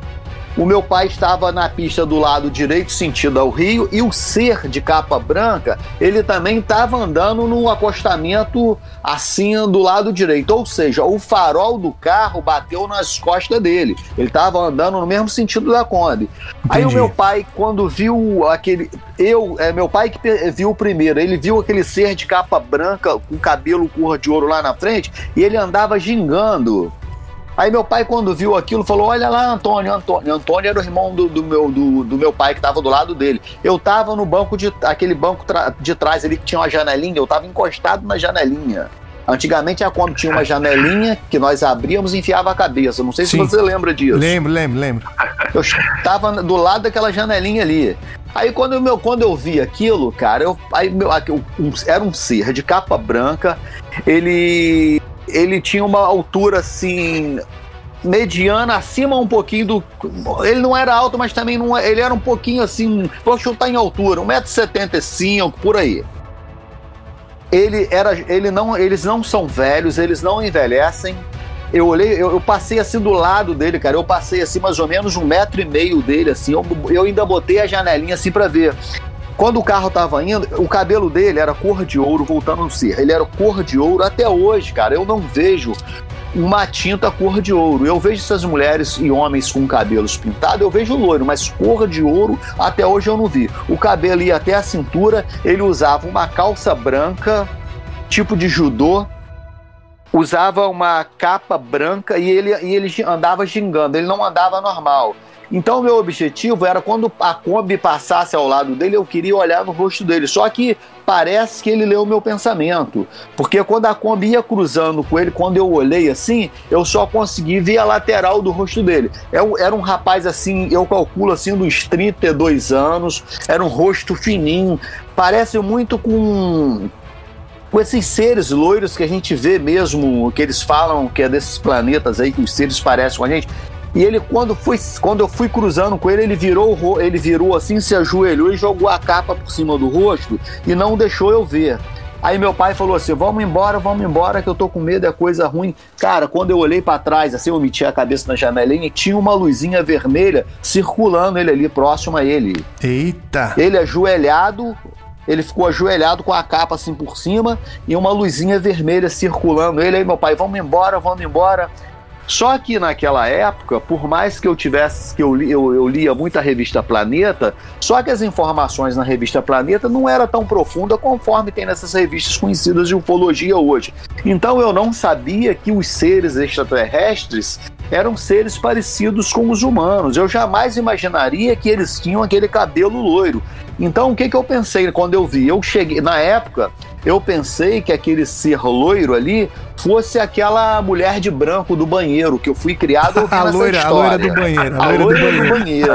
o meu pai estava na pista do lado direito, sentido ao Rio, e o ser de capa branca, ele também estava andando no acostamento assim do lado direito, ou seja, o farol do carro bateu nas costas dele, ele estava andando no mesmo sentido da Kombi. Aí o meu pai, quando viu meu pai que viu primeiro, ele viu aquele ser de capa branca com cabelo cor de ouro lá na frente, e ele andava gingando. Aí meu pai, quando viu aquilo, falou, olha lá, Antônio. Antônio era o irmão do meu pai, que estava do lado dele. Eu estava no banco aquele banco de trás ali, que tinha uma janelinha, eu estava encostado na janelinha. Antigamente a Kombi tinha uma janelinha que nós abríamos e enfiava a cabeça. Não sei se você lembra disso. Lembro. Eu estava do lado daquela janelinha ali. Aí quando eu vi aquilo, cara, era um ser de capa branca. Ele tinha uma altura assim mediana, acima um pouquinho do... Ele não era alto, mas também não... Ele era um pouquinho assim, vou chutar em altura, 1,75 m, por aí. Eles não são velhos, eles não envelhecem. Eu passei assim do lado dele, cara. Eu passei assim mais ou menos 1,5 m dele, assim. Eu ainda botei a janelinha assim pra ver. Quando o carro tava indo, o cabelo dele era cor de ouro, voltando no ser. Ele era cor de ouro até hoje, cara. Eu não vejo uma tinta cor de ouro. Eu vejo essas mulheres e homens com cabelos pintados, eu vejo loiro, mas cor de ouro até hoje eu não vi. O cabelo ia até a cintura, ele usava uma calça branca, tipo de judô, usava uma capa branca e ele andava gingando, ele não andava normal. Então o meu objetivo era, quando a Kombi passasse ao lado dele, eu queria olhar no rosto dele. Só que parece que ele leu o meu pensamento. Porque quando a Kombi ia cruzando com ele, quando eu olhei assim, eu só consegui ver a lateral do rosto dele. Era um rapaz assim, eu calculo assim, dos 32 anos. Era um rosto fininho. Parece muito com esses seres loiros que a gente vê mesmo, que eles falam que é desses planetas aí, que os seres parecem com a gente. E ele, quando eu fui cruzando com ele, ele virou assim, se ajoelhou e jogou a capa por cima do rosto e não deixou eu ver. Aí meu pai falou assim, vamos embora que eu tô com medo, é coisa ruim. Cara, quando eu olhei pra trás, assim, eu meti a cabeça na janelinha e tinha uma luzinha vermelha circulando ele ali, próximo a ele. Eita! Ele ajoelhado... Ele ficou ajoelhado com a capa assim por cima e uma luzinha vermelha circulando ele. Aí meu pai, vamos embora. Só que naquela época, por mais que eu lia muito a revista Planeta, só que as informações na revista Planeta não era tão profunda conforme tem nessas revistas conhecidas de ufologia hoje. Então eu não sabia que os seres extraterrestres eram seres parecidos com os humanos. Eu jamais imaginaria que eles tinham aquele cabelo loiro. Então o que eu pensei quando eu vi? Na época, eu pensei que aquele ser loiro ali fosse aquela mulher de branco do banheiro, que eu fui criado ouvindo essa história. A loira do banheiro. A loira do banheiro.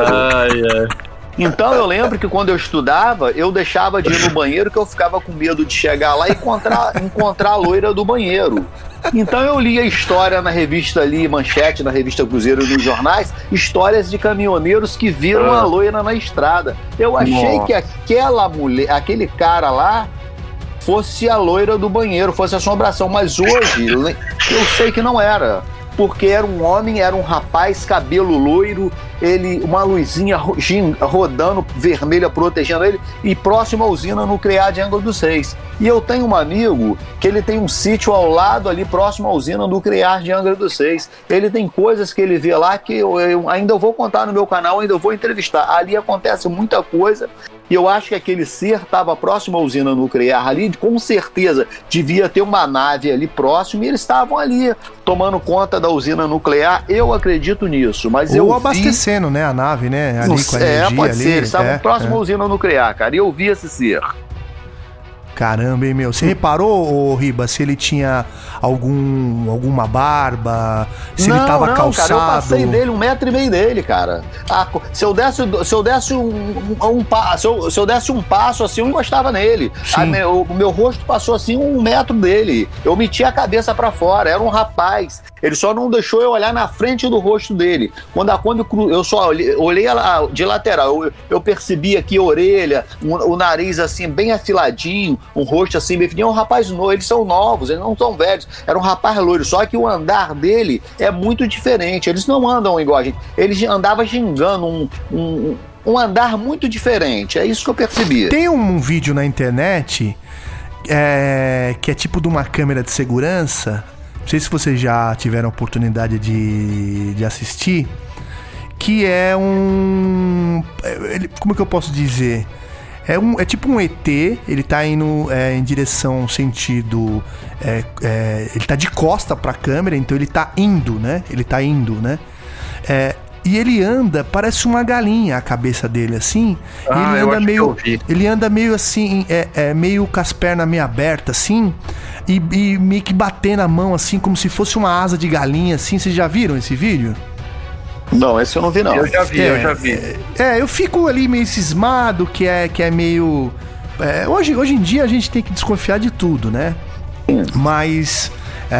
Então eu lembro que quando eu estudava, eu deixava de ir no banheiro, que eu ficava com medo de chegar lá e encontrar a loira do banheiro. Então eu lia história na revista ali, Manchete, na revista Cruzeiro e nos jornais, histórias de caminhoneiros que viram a loira na estrada. Eu achei que aquela mulher, aquele cara lá, fosse a loira do banheiro, fosse a assombração. Mas hoje eu sei que não era. Porque era um homem, era um rapaz, cabelo loiro, uma luzinha rodando, vermelha, protegendo ele, e próximo à usina nuclear de Angra dos Reis. E eu tenho um amigo que ele tem um sítio ao lado ali, próximo à usina nuclear de Angra dos Reis. Ele tem coisas que ele vê lá que eu ainda vou contar no meu canal, ainda vou entrevistar. Ali acontece muita coisa. E eu acho que aquele ser estava próximo à usina nuclear ali, com certeza devia ter uma nave ali próximo, e eles estavam ali tomando conta da usina nuclear. Eu acredito nisso, mas ou abastecendo, né, a nave, né, ali com a energia. Pode ser, eles estavam próximo à usina nuclear, cara, e eu vi esse ser. Caramba, hein, meu? Você reparou, Riba, se ele tinha alguma barba, se ele tava calçado? Cara, eu passei dele 1,5 m dele, cara. Se eu desse um passo assim, eu encostava nele. O meu rosto passou assim 1 metro dele. Eu meti a cabeça pra fora, era um rapaz. Ele só não deixou eu olhar na frente do rosto dele. Quando a Kombi eu só olhei de lateral. Eu percebi aqui a orelha, o nariz assim bem afiladinho, um rosto assim bem fininho. É um rapaz novo, eles são novos, eles não são velhos. Era um rapaz loiro, só que o andar dele é muito diferente. Eles não andam igual a gente. Eles andavam gingando um andar muito diferente. É isso que eu percebi. Tem um vídeo na internet que é tipo de uma câmera de segurança. Não sei se vocês já tiveram a oportunidade de assistir. Que é como é que eu posso dizer? É tipo um ET, ele tá indo em direção, sentido... ele tá de costa pra câmera, então ele tá indo, né? e ele anda, parece uma galinha a cabeça dele, assim. Ele anda meio assim, meio com as pernas meio abertas, assim, e meio que batendo a mão, assim, como se fosse uma asa de galinha, assim. Vocês já viram esse vídeo? Não, esse eu não vi, não. Eu já vi. Eu fico ali meio cismado, que é meio... Hoje em dia a gente tem que desconfiar de tudo, né? Mas...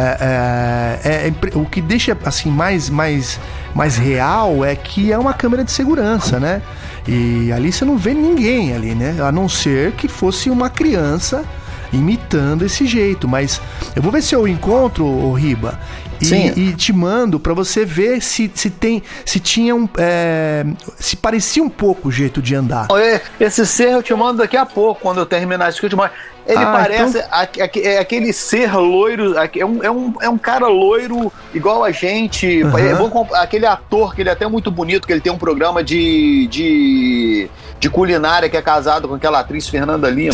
o que deixa assim mais real é que é uma câmera de segurança, né? E ali você não vê ninguém ali, né? A não ser que fosse uma criança imitando esse jeito. Mas eu vou ver se eu encontro, o Riba, e te mando pra você ver se tinha se parecia um pouco o jeito de andar. Esse ser eu te mando daqui a pouco, quando eu terminar isso que eu te mando. Ele parece aquele ser loiro, é um cara loiro igual a gente. Aquele ator que ele é até muito bonito, que ele tem um programa de culinária, que é casado com aquela atriz Fernanda Lima.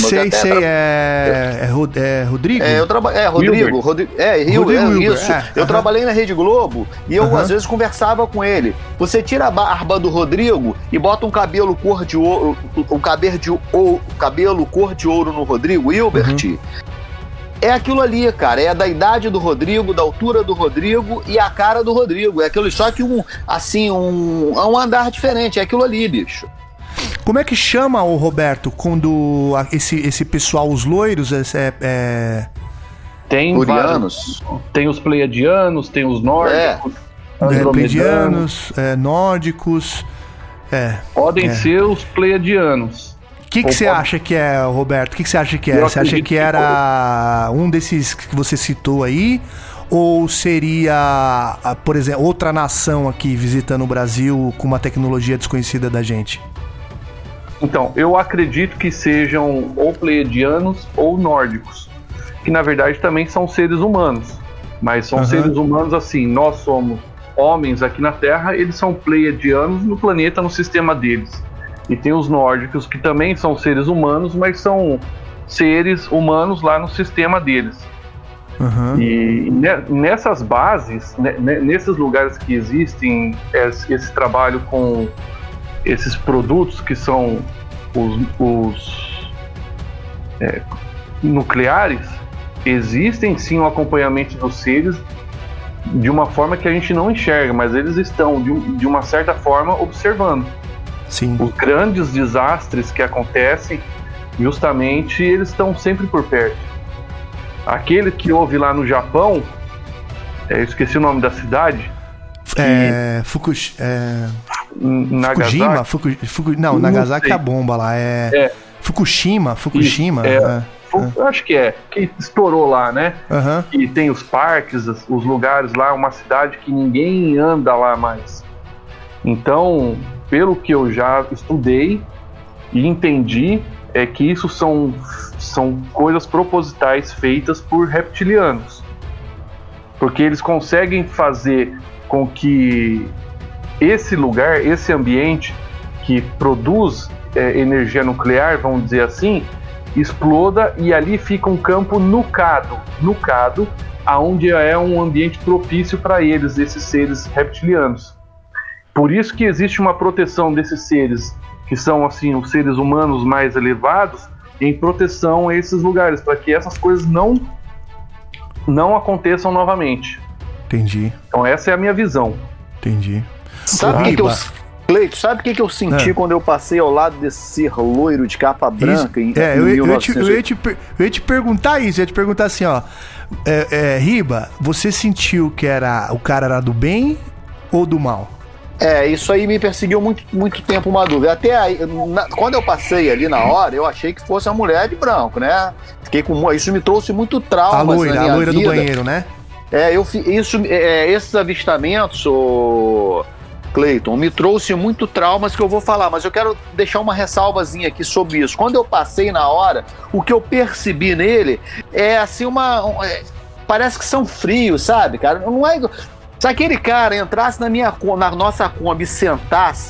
Rodrigo? Rodrigo, isso. Eu trabalhei na Rede Globo e eu às vezes conversava com ele. Você tira a barba do Rodrigo e bota um cabelo cor de ouro, cabelo cor de ouro no Rodrigo, Hilbert. É aquilo ali, cara. É da idade do Rodrigo, da altura do Rodrigo e a cara do Rodrigo. É aquilo, só que um andar diferente. É aquilo ali, bicho. Como é que chama, o Roberto, quando esse pessoal, os loiros, tem vários. Tem os pleiadianos, tem os nórdicos. Pleiadianos, nórdicos. Podem ser os pleiadianos. O que você acha que é, Roberto? O que você acha que é? Você acha que era um desses que você citou aí? Ou seria, por exemplo, outra nação aqui visitando o Brasil com uma tecnologia desconhecida da gente? Então, eu acredito que sejam ou pleiadianos ou nórdicos, que na verdade também são seres humanos, mas são seres humanos assim, nós somos homens aqui na Terra, eles são pleiadianos no planeta, no sistema deles. E tem os nórdicos, que também são seres humanos, mas são seres humanos lá no sistema deles. E nessas bases, nesses lugares que existem esse trabalho com esses produtos que são os nucleares, existem sim o acompanhamento dos seres de uma forma que a gente não enxerga, mas eles estão de uma certa forma observando. Sim. Os grandes desastres que acontecem, justamente eles estão sempre por perto. Aquele que houve lá no Japão, eu esqueci o nome da cidade. Fukushima? Não, Nagasaki é a bomba lá. Fukushima. Acho que estourou lá, né? E tem os parques, os lugares lá, uma cidade que ninguém anda lá mais. Então, pelo que eu já estudei e entendi, é que isso são coisas propositais feitas por reptilianos. Porque eles conseguem fazer com que esse lugar, esse ambiente que produz energia nuclear, vamos dizer assim, exploda e ali fica um campo nucado, aonde é um ambiente propício para eles, esses seres reptilianos. Por isso que existe uma proteção desses seres, que são assim os seres humanos mais elevados, em proteção a esses lugares, para que essas coisas não aconteçam novamente. Entendi. Então essa é a minha visão. Entendi. Sabe o que eu senti quando eu passei ao lado desse ser loiro de capa branca em 1900? Eu ia te perguntar isso, eu ia te perguntar assim, ó. Riba, você sentiu que o cara era do bem ou do mal? Isso aí me perseguiu muito tempo, uma dúvida. Até aí, quando eu passei ali na hora, eu achei que fosse uma mulher de branco, né? Isso me trouxe muito trauma. A loira do banheiro, né? Esses avistamentos, Cleiton, me trouxe muito traumas que eu vou falar, mas eu quero deixar uma ressalvazinha aqui sobre isso. Quando eu passei na hora, o que eu percebi nele é assim parece que são frios, sabe, cara? Não é... Se aquele cara entrasse na nossa Kombi e sentasse,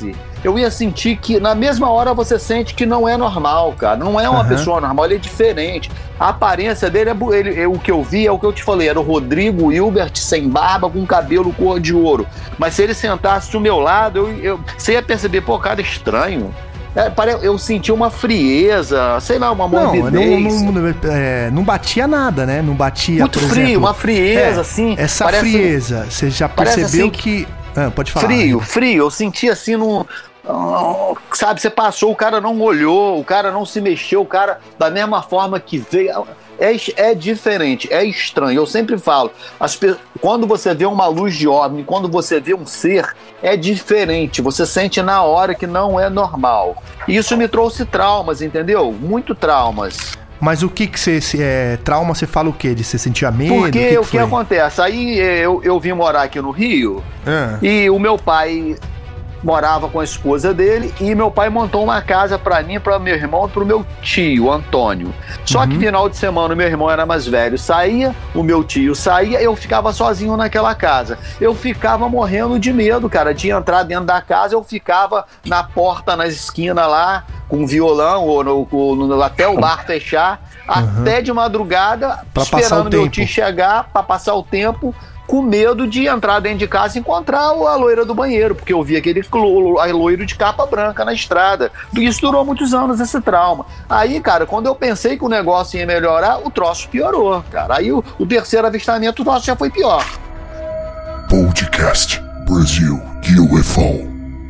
eu ia sentir que na mesma hora você sente que não é normal, cara. Não é uma pessoa normal, ele é diferente. A aparência dele, o que eu vi é o que eu te falei, era o Rodrigo Hilbert sem barba, com cabelo cor de ouro. Mas se ele sentasse do meu lado, você ia perceber, pô, cara, estranho. Eu senti uma frieza, sei lá, uma morbidez. Não batia nada, né? Não batia, muito por frio, exemplo, uma frieza, assim. Essa frieza, você já percebeu assim, que... pode falar. Frio. Eu senti assim, sabe, você passou, o cara não olhou, o cara não se mexeu, o cara, da mesma forma que veio... É diferente, é estranho. Eu sempre falo, quando você vê uma luz de OVNI, quando você vê um ser, é diferente. Você sente na hora que não é normal. E isso me trouxe traumas, entendeu? Muito traumas. Mas o que você... trauma, você fala o quê? De você sentir medo? Porque o que acontece? Aí eu vim morar aqui no Rio e o meu pai... morava com a esposa dele e meu pai montou uma casa pra mim, pra meu irmão e pro meu tio, Antônio. Só que final de semana o meu irmão era mais velho, saía, o meu tio saía, eu ficava sozinho naquela casa. Eu ficava morrendo de medo, cara, de entrar dentro da casa, eu ficava na porta, na esquina lá, com violão, ou até o bar fechar, até de madrugada, pra esperando meu tio chegar pra passar o tempo, com medo de entrar dentro de casa e encontrar a loira do banheiro, porque eu vi aquele loiro de capa branca na estrada. Isso durou muitos anos, esse trauma. Aí, cara, quando eu pensei que o negócio ia melhorar, o troço piorou, cara. Aí o terceiro avistamento, o troço já foi pior. Podcast Brasil UFO.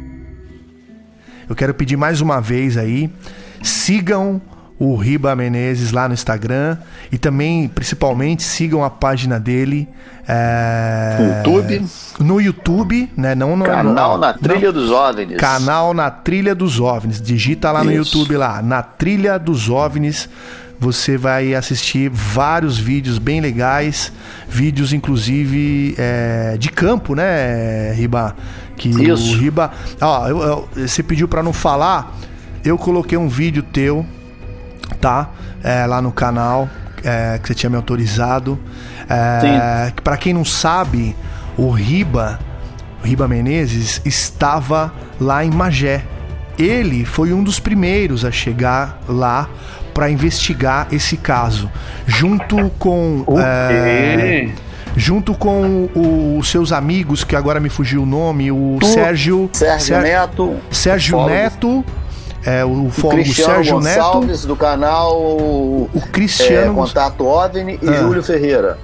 Eu quero pedir mais uma vez aí, sigam o Riba Menezes lá no Instagram e também, principalmente, sigam a página dele no YouTube, né? Canal Na Trilha dos OVNIs. Canal Na Trilha dos OVNIs. Digita lá no YouTube, lá, Na Trilha dos OVNIs. Você vai assistir vários vídeos bem legais, vídeos inclusive de campo, né, Riba? Isso. O Riba... você pediu pra não falar, eu coloquei um vídeo teu, tá? Lá no canal, que você tinha me autorizado. Pra quem não sabe, o Riba Menezes estava lá em Magé. Ele foi um dos primeiros a chegar lá para investigar esse caso, junto com os seus amigos, que agora me fugiu o nome, o Sérgio Neto, o fólogo Sérgio Gonçalves, Neto, do canal o Cristiano Contato OVNI e Júlio Ferreira.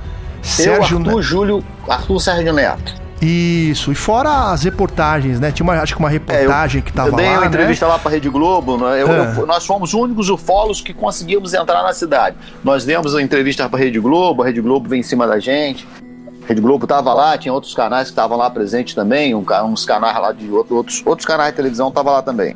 Arthur Sérgio Neto. Isso, e fora as reportagens, né? Tinha acho que uma reportagem que tava lá. Eu dei uma entrevista lá pra Rede Globo, né? Nós fomos os únicos ufólogos que conseguimos entrar na cidade. Nós demos a entrevista pra Rede Globo, a Rede Globo veio em cima da gente. A Rede Globo tava lá, tinha outros canais que estavam lá presentes também, uns canais lá de outros canais de televisão estavam lá também.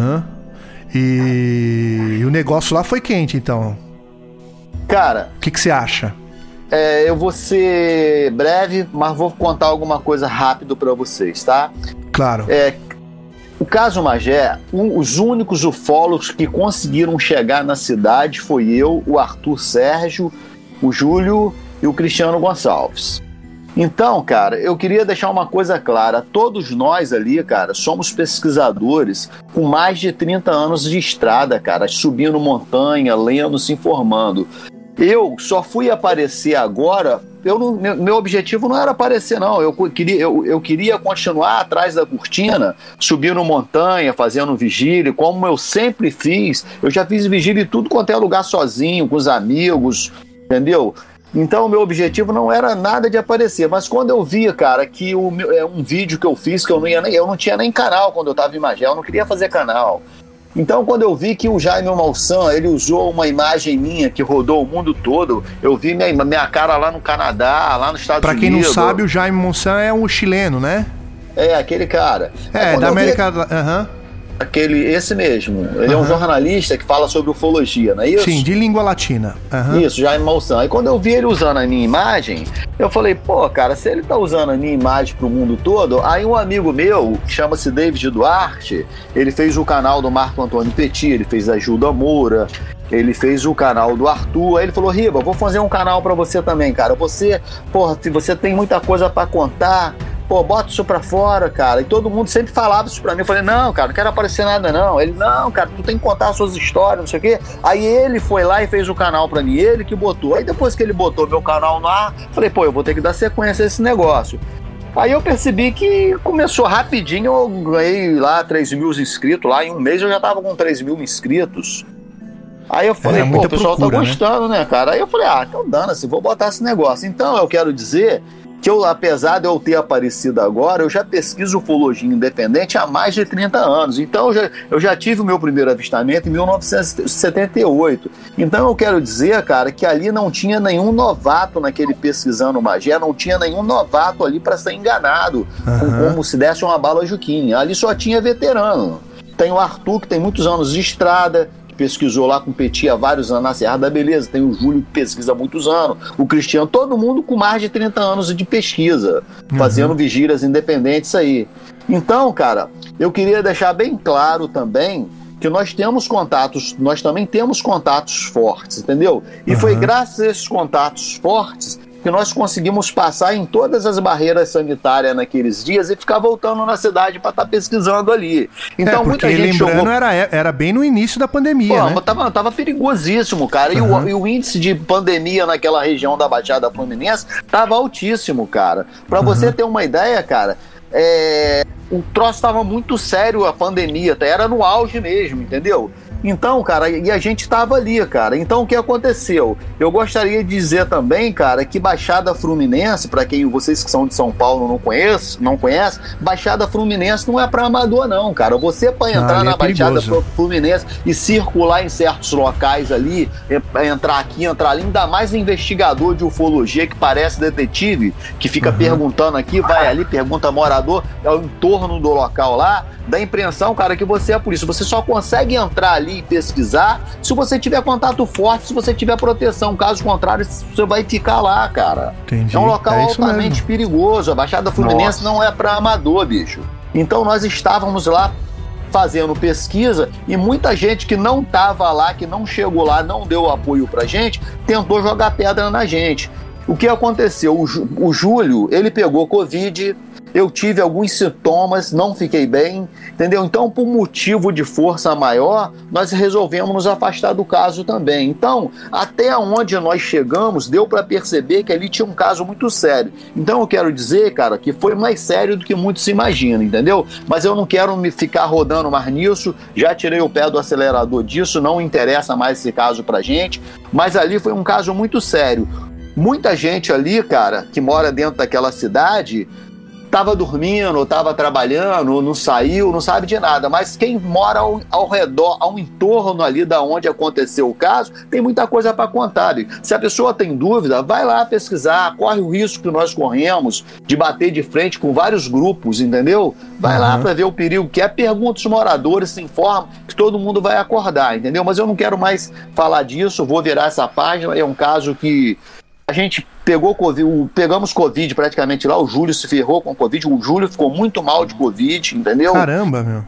E o negócio lá foi quente, então. Cara, o que você acha? Eu vou ser breve, mas vou contar alguma coisa rápido para vocês, tá? Claro. O caso Magé, os únicos ufólogos que conseguiram chegar na cidade foi eu, o Arthur Sérgio, o Júlio e o Cristiano Gonçalves. Então, cara, eu queria deixar uma coisa clara. Todos nós ali, cara, somos pesquisadores com mais de 30 anos de estrada, cara, subindo montanha, lendo, se informando. Eu só fui aparecer agora, meu objetivo não era aparecer, não. Eu queria continuar atrás da cortina, subindo montanha, fazendo vigília, como eu sempre fiz. Eu já fiz vigília em tudo quanto é lugar sozinho, com os amigos, entendeu? Então o meu objetivo não era nada de aparecer, mas quando eu vi, cara, que um vídeo que eu fiz, que eu não tinha nem canal quando eu tava em Magé, eu não queria fazer canal. Então, quando eu vi que o Jaime Maussan, ele usou uma imagem minha que rodou o mundo todo, eu vi minha cara lá no Canadá, lá nos Estados Unidos. Pra quem não sabe, o Jaime Maussan é um chileno, né? Aquele cara. Da América... Esse mesmo. Ele é um jornalista que fala sobre ufologia, não é isso? Sim, de língua latina. Isso, Jaime Maussan. Aí quando eu vi ele usando a minha imagem, eu falei, pô, cara, se ele tá usando a minha imagem pro mundo todo, aí um amigo meu, que chama-se David Duarte, ele fez o canal do Marco Antônio Petit, ele fez a Gilda Moura, ele fez o canal do Arthur, aí ele falou, Riba, vou fazer um canal pra você também, cara. Você tem muita coisa pra contar, pô, bota isso pra fora, cara. E todo mundo sempre falava isso pra mim. Eu falei, não, cara, não quero aparecer nada, não. Ele, não, cara, tu tem que contar as suas histórias, não sei o quê. Aí ele foi lá e fez o canal pra mim, ele que botou. Aí depois que ele botou meu canal no ar, falei, pô, eu vou ter que dar sequência a esse negócio. Aí eu percebi que começou rapidinho, eu ganhei lá 3 mil inscritos, lá em um mês eu já tava com 3 mil inscritos. Aí eu falei, pô, o pessoal tá gostando, né, cara? Aí eu falei, então dana-se, vou botar esse negócio. Então eu quero dizer que eu, apesar de eu ter aparecido agora, eu já pesquiso ufologia independente há mais de 30 anos. Então eu já tive o meu primeiro avistamento em 1978. Então eu quero dizer, cara, que ali não tinha nenhum novato naquele pesquisando magia, não tinha nenhum novato ali para ser enganado, como se desse uma bala Juquinha. Ali só tinha veterano. Tem o Arthur, que tem muitos anos de estrada, pesquisou lá com o Petit há vários anos na Serra da Beleza, tem o Júlio que pesquisa há muitos anos, o Cristiano, todo mundo com mais de 30 anos de pesquisa, fazendo vigílias independentes aí. Então, cara, eu queria deixar bem claro também que nós temos contatos, nós também temos contatos fortes, entendeu? E foi graças a esses contatos fortes que nós conseguimos passar em todas as barreiras sanitárias naqueles dias e ficar voltando na cidade para estar pesquisando ali. Então muita gente lembrando, era bem no início da pandemia, né? Tava perigosíssimo, cara. E o índice de pandemia naquela região da Baixada Fluminense tava altíssimo, cara. Para você ter uma ideia, cara, o troço tava muito sério, a pandemia, era no auge mesmo, entendeu? Então, cara, e a gente tava ali, cara. Então, o que aconteceu? Eu gostaria de dizer também, cara, que Baixada Fluminense, para quem vocês que são de São Paulo não conhece, Baixada Fluminense não é para amador, não, cara. Você, para entrar na Baixada Fluminense e circular em certos locais ali, entrar aqui, entrar ali, ainda mais investigador de ufologia que parece detetive, que fica perguntando aqui, vai ali, pergunta morador, é o entorno do local lá, dá a impressão, cara, que você é por isso. Você só consegue entrar ali e pesquisar se você tiver contato forte, se você tiver proteção. Caso contrário, você vai ficar lá, cara. Entendi. É um local altamente perigoso. A Baixada Fluminense não é para amador, bicho. Então nós estávamos lá fazendo pesquisa e muita gente que não estava lá, que não chegou lá, não deu apoio pra gente, tentou jogar pedra na gente. O que aconteceu? O Júlio, ele pegou Covid, eu tive alguns sintomas, não fiquei bem, entendeu? Então, por motivo de força maior, nós resolvemos nos afastar do caso também. Então, até onde nós chegamos, deu para perceber que ali tinha um caso muito sério. Então, eu quero dizer, cara, que foi mais sério do que muitos se imaginam, entendeu? Mas eu não quero me ficar rodando mais nisso, já tirei o pé do acelerador disso, não interessa mais esse caso pra gente, mas ali foi um caso muito sério. Muita gente ali, cara, que mora dentro daquela cidade, estava dormindo, estava trabalhando, não saiu, não sabe de nada. Mas quem mora ao redor, ao entorno ali da onde aconteceu o caso, tem muita coisa para contar. Se a pessoa tem dúvida, vai lá pesquisar, corre o risco que nós corremos de bater de frente com vários grupos, entendeu? Vai lá para ver o perigo que é, pergunta os moradores, se informa, que todo mundo vai acordar, entendeu? Mas eu não quero mais falar disso, vou virar essa página, é um caso que a gente pegamos Covid praticamente lá, o Júlio se ferrou com Covid, o Júlio ficou muito mal de Covid, entendeu? Caramba, meu.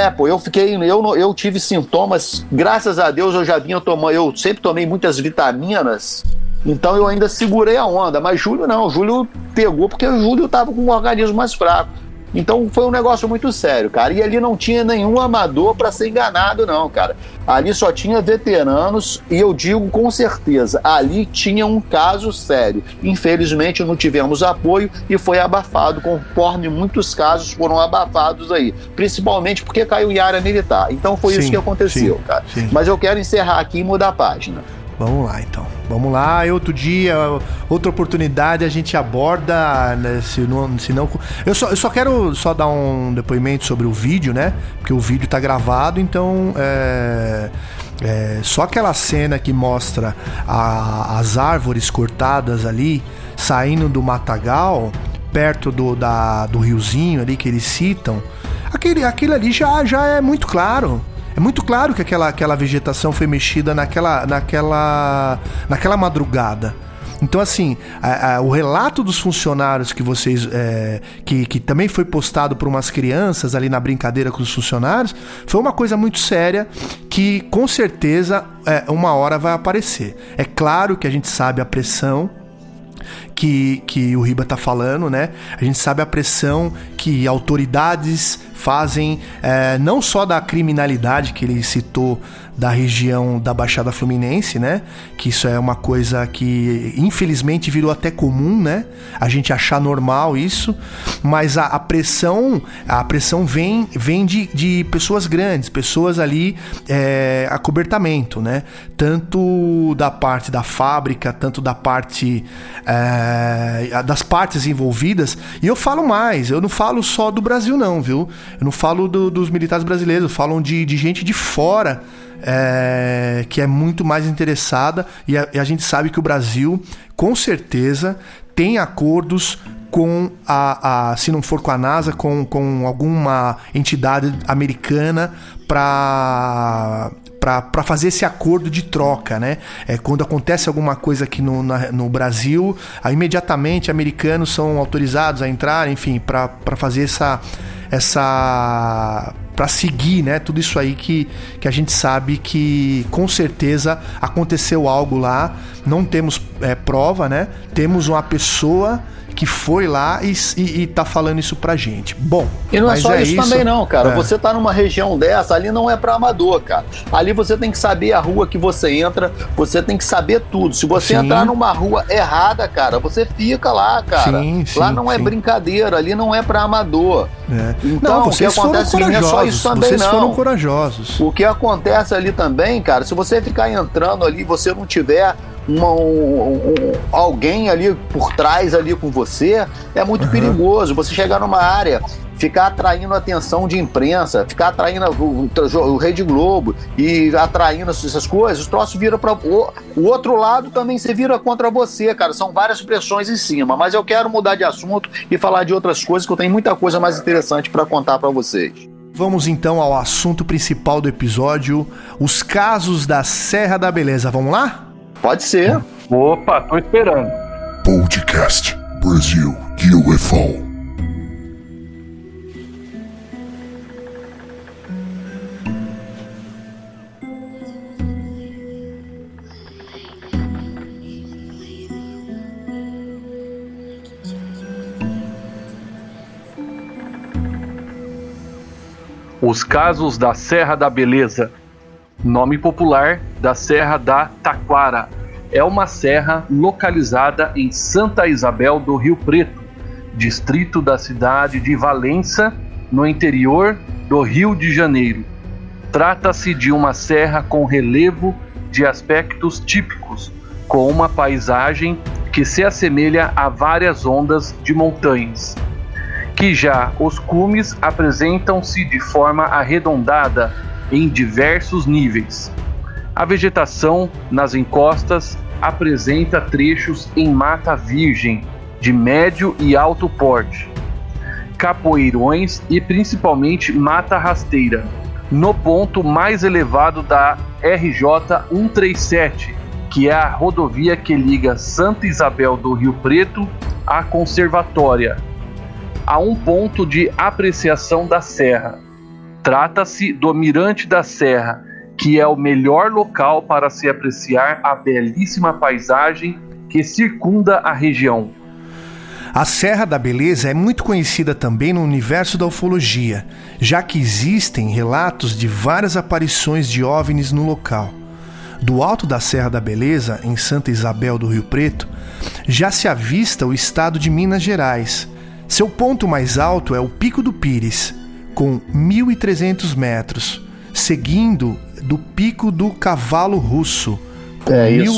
Eu tive sintomas, graças a Deus eu sempre tomei muitas vitaminas, então eu ainda segurei a onda, mas Júlio não, o Júlio pegou porque o Júlio tava com um organismo mais fraco. Então foi um negócio muito sério, cara. E ali não tinha nenhum amador para ser enganado, não, cara. Ali só tinha veteranos e eu digo com certeza, ali tinha um caso sério. Infelizmente não tivemos apoio e foi abafado, conforme muitos casos foram abafados aí. Principalmente porque caiu em área militar. Então foi isso que aconteceu, cara. Sim. Mas eu quero encerrar aqui e mudar a página. Vamos lá, então. Vamos lá, outro dia, outra oportunidade a gente aborda, né, se não... Eu só quero dar um depoimento sobre o vídeo, né? Porque o vídeo tá gravado, então... só aquela cena que mostra as árvores cortadas ali, saindo do matagal, perto do riozinho ali que eles citam, aquele ali já é muito claro. É muito claro que aquela vegetação foi mexida naquela madrugada. Então, assim, o relato dos funcionários que vocês... que também foi postado por umas crianças ali na brincadeira com os funcionários, foi uma coisa muito séria que, com certeza, uma hora vai aparecer. É claro que a gente sabe a pressão, que o Riba está falando, né? A gente sabe a pressão que autoridades fazem, não só da criminalidade que ele citou da região da Baixada Fluminense, né? Que isso é uma coisa que infelizmente virou até comum, né? A gente achar normal isso, mas a pressão vem de pessoas grandes, pessoas ali acobertamento, né? Tanto da parte da fábrica, tanto da parte das partes envolvidas. E eu falo mais, eu não falo só do Brasil não, viu? Eu não falo dos militares brasileiros, eu falo de gente de fora, que é muito mais interessada, e a gente sabe que o Brasil, com certeza, tem acordos com se não for com a NASA, com alguma entidade americana para fazer esse acordo de troca, né? Quando acontece alguma coisa aqui no Brasil, imediatamente americanos são autorizados a entrar, enfim, para fazer para seguir, né, tudo isso aí que a gente sabe que com certeza aconteceu algo lá. Não temos prova, né? Temos uma pessoa que foi lá e tá falando isso pra gente. Bom, e não é só isso também não, cara. Você tá numa região dessa, ali não é pra amador, cara. Ali você tem que saber a rua que você entra, você tem que saber tudo. Se você entrar numa rua errada, cara, você fica lá, cara. Lá não é brincadeira, ali não é pra amador. Então, não, vocês o que acontece foram corajosos, não é só isso também, vocês não. foram corajosos. O que acontece ali também, cara, se você ficar entrando ali, você não tiver alguém ali por trás ali com você, é muito perigoso. Você chegar numa área, ficar atraindo a atenção de imprensa, ficar atraindo o Rede Globo e atraindo essas coisas, os troços viram para o outro lado, também se vira contra você, cara. São várias pressões em cima, mas eu quero mudar de assunto e falar de outras coisas, que eu tenho muita coisa mais interessante para contar para vocês. Vamos então ao assunto principal do episódio, os casos da Serra da Beleza. Vamos lá? Pode ser. Opa, tô esperando. Podcast Brasil UFO. Os casos da Serra da Beleza. Nome popular da Serra da Taquara. É uma serra localizada em Santa Isabel do Rio Preto, distrito da cidade de Valença, no interior do Rio de Janeiro. Trata-se de uma serra com relevo de aspectos típicos, com uma paisagem que se assemelha a várias ondas de montanhas, que já os cumes apresentam-se de forma arredondada em diversos níveis. A vegetação nas encostas apresenta trechos em mata virgem de médio e alto porte, capoeirões e principalmente mata rasteira. No ponto mais elevado da RJ 137, que é a rodovia que liga Santa Isabel do Rio Preto à Conservatória, há um ponto de apreciação da serra. Trata-se do Mirante da Serra, que é o melhor local para se apreciar a belíssima paisagem que circunda a região. A Serra da Beleza é muito conhecida também no universo da ufologia, já que existem relatos de várias aparições de OVNIs no local. Do alto da Serra da Beleza, em Santa Isabel do Rio Preto, já se avista o estado de Minas Gerais. Seu ponto mais alto é o Pico do Pires, com 1.300 metros, seguindo do Pico do Cavalo Russo, com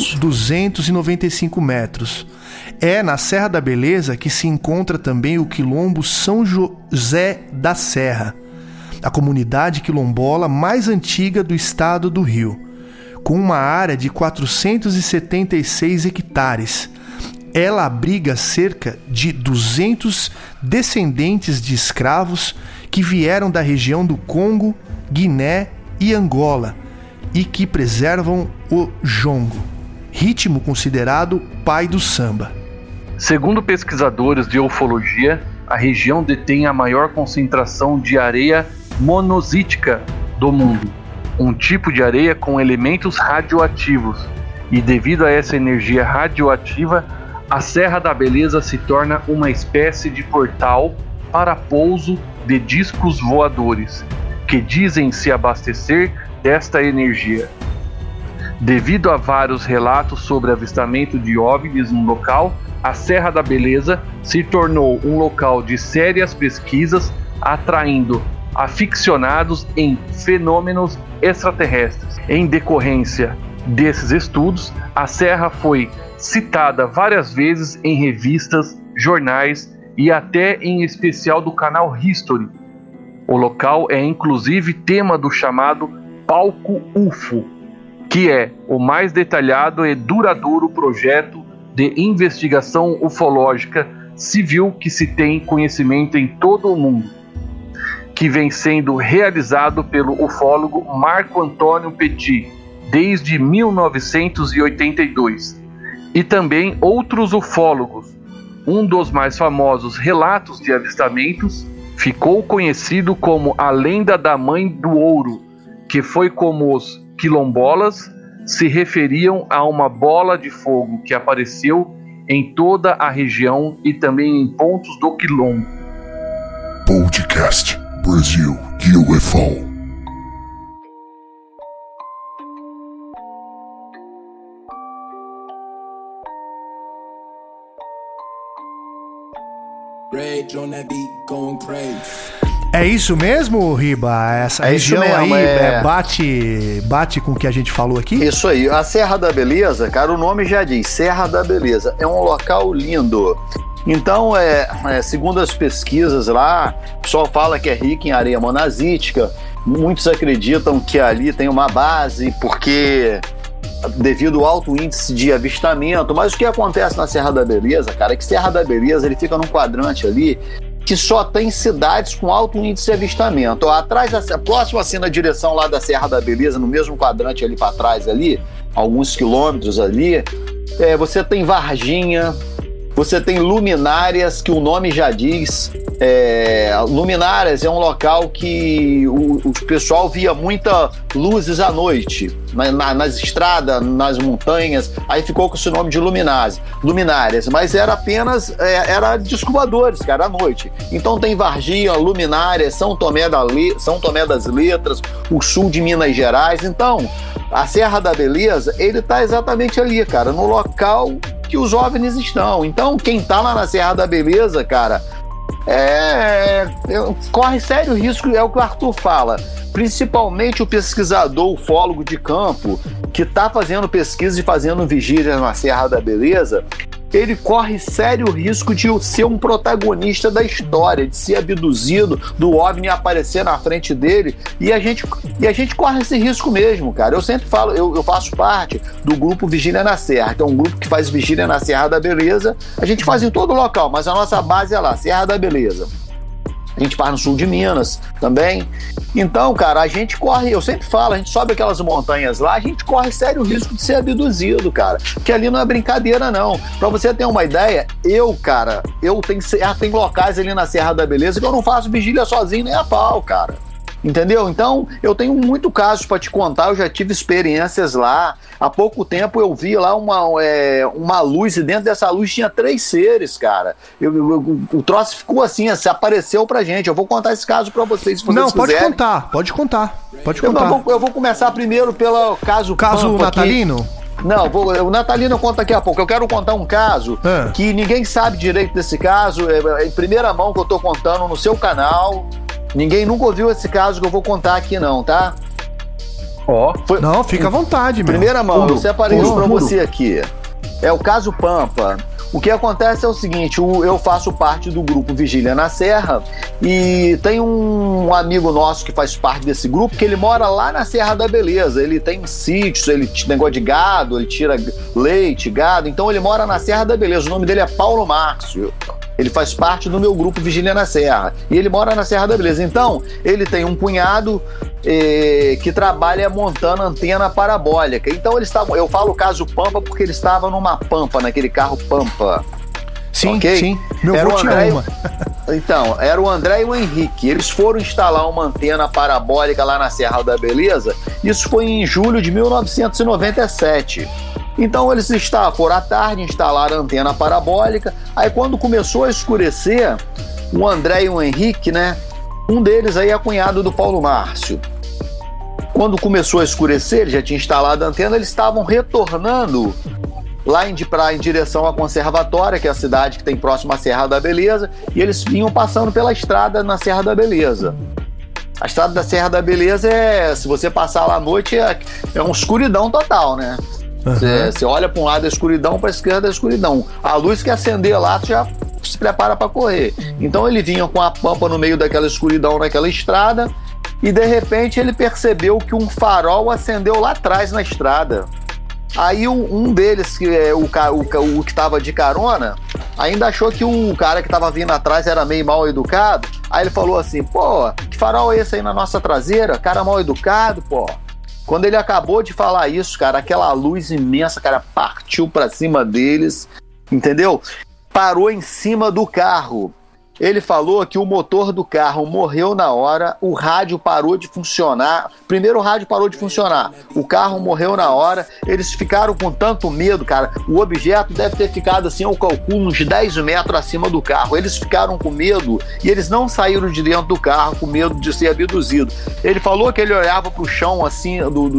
1.295 metros. É na Serra da Beleza que se encontra também o Quilombo São José da Serra, a comunidade quilombola mais antiga do estado do Rio, com uma área de 476 hectares. Ela abriga cerca de 200 descendentes de escravos que vieram da região do Congo, Guiné e Angola e que preservam o jongo, ritmo considerado pai do samba. Segundo pesquisadores de ufologia, a região detém a maior concentração de areia monazítica do mundo, um tipo de areia com elementos radioativos, e devido a essa energia radioativa, a Serra da Beleza se torna uma espécie de portal para pouso de discos voadores, que dizem se abastecer desta energia. Devido a vários relatos sobre avistamento de OVNIs no local, a Serra da Beleza se tornou um local de sérias pesquisas, atraindo aficionados em fenômenos extraterrestres. Em decorrência desses estudos, a Serra foi citada várias vezes em revistas, jornais e até em especial do canal History. O local é inclusive tema do chamado Palco UFO, que é o mais detalhado e duradouro projeto de investigação ufológica civil que se tem conhecimento em todo o mundo, que vem sendo realizado pelo ufólogo Marco Antônio Petit desde 1982, e também outros ufólogos. Um dos mais famosos relatos de avistamentos ficou conhecido como a lenda da Mãe do Ouro, que foi como os quilombolas se referiam a uma bola de fogo que apareceu em toda a região e também em pontos do quilombo. Podcast Brasil UFO. É isso mesmo, Riba? Essa região mesmo, aí bate com o que a gente falou aqui? Isso aí. A Serra da Beleza, cara, o nome já diz, Serra da Beleza. É um local lindo. Então, segundo as pesquisas lá, o pessoal fala que é rico em areia monazítica. Muitos acreditam que ali tem uma base, porque devido ao alto índice de avistamento. Mas o que acontece na Serra da Beleza, cara, é que Serra da Beleza ele fica num quadrante ali que só tem cidades com alto índice de avistamento. Atrás, próximo assim na direção lá da Serra da Beleza, no mesmo quadrante ali para trás ali, alguns quilômetros ali, você tem Varginha, você tem Luminárias, que o nome já diz. Luminárias é um local que o pessoal via muita luzes à noite, nas estradas, nas montanhas, aí ficou com esse nome de Luminárias, mas era apenas disco voadores, cara, à noite. Então tem Varginha, Luminárias, São Tomé das Letras, o sul de Minas Gerais. Então, a Serra da Beleza, ele tá exatamente ali, cara, no local que os OVNIs estão. Então, quem tá lá na Serra da Beleza, cara, corre sério risco, é o que o Arthur fala. Principalmente o pesquisador ufólogo de campo que está fazendo pesquisa e fazendo vigília na Serra da Beleza, ele corre sério risco de ser um protagonista da história, de ser abduzido, do OVNI aparecer na frente dele, e a gente corre esse risco mesmo, cara. Eu sempre falo, eu faço parte do grupo Vigília na Serra, que é um grupo que faz vigília na Serra da Beleza. A gente faz em todo local, mas a nossa base é lá, Serra da Beleza. A gente faz no sul de Minas também. Então, cara, a gente corre, eu sempre falo, a gente sobe aquelas montanhas lá, a gente corre sério risco de ser abduzido, cara. Porque ali não é brincadeira, não. Pra você ter uma ideia, tem locais ali na Serra da Beleza que eu não faço vigília sozinho nem a pau, cara. Entendeu? Então, eu tenho muito casos para te contar, eu já tive experiências lá. Há pouco tempo eu vi lá uma luz, e dentro dessa luz tinha 3 seres, cara. O troço ficou assim, se apareceu pra gente. Eu vou contar esse caso pra vocês, se vocês quiserem. Não, pode contar. Eu vou começar primeiro pelo caso Pampa, natalino? Não, o natalino eu conto daqui a pouco. Eu quero contar um caso que ninguém sabe direito desse caso. É em primeira mão que eu tô contando no seu canal. Ninguém nunca ouviu esse caso que eu vou contar aqui não, tá? Não, fica à vontade, meu. Primeira mão, eu separei isso pra você aqui. É o caso Pampa. O que acontece é o seguinte, eu faço parte do grupo Vigília na Serra e tem um amigo nosso que faz parte desse grupo que ele mora lá na Serra da Beleza. Ele tem sítios, ele tem negócio de gado, ele tira leite, gado, então ele mora na Serra da Beleza. O nome dele é Paulo Márcio. Ele faz parte do meu grupo Vigília na Serra. E ele mora na Serra da Beleza. Então, ele tem um cunhado que trabalha montando antena parabólica. Então, eu falo o caso Pampa porque ele estava numa Pampa, naquele carro Pampa. Sim, okay? Sim. Meu avô tinha uma. Então, era o André e o Henrique. Eles foram instalar uma antena parabólica lá na Serra da Beleza. Isso foi em julho de 1997. Então eles foram à tarde, instalaram a antena parabólica. Aí quando começou a escurecer, o André e o Henrique, né? Um deles aí é cunhado do Paulo Márcio. Quando começou a escurecer, ele já tinha instalado a antena, eles estavam retornando lá em direção à Conservatória, que é a cidade que tem próximo à Serra da Beleza, e eles vinham passando pela estrada na Serra da Beleza. A estrada da Serra da Beleza se você passar lá à noite, é uma escuridão total, né? Você olha para um lado da escuridão, para a esquerda da escuridão. A luz que acender lá, tu já se prepara para correr. Então ele vinha com a pampa no meio daquela escuridão, naquela estrada, e de repente ele percebeu que um farol acendeu lá atrás na estrada. Aí um deles, que é o que estava de carona, ainda achou que o cara que estava vindo atrás era meio mal educado. Aí ele falou assim: pô, que farol é esse aí na nossa traseira? Cara mal educado, pô. Quando ele acabou de falar isso, cara, aquela luz imensa, cara, partiu pra cima deles, entendeu? Parou em cima do carro. Ele falou que o motor do carro morreu na hora, o rádio parou de funcionar. Primeiro o rádio parou de funcionar, o carro morreu na hora. Eles ficaram com tanto medo, cara. O objeto deve ter ficado, assim, eu calculo, uns 10 metros acima do carro. Eles ficaram com medo e eles não saíram de dentro do carro com medo de ser abduzido. Ele falou que ele olhava pro chão, assim,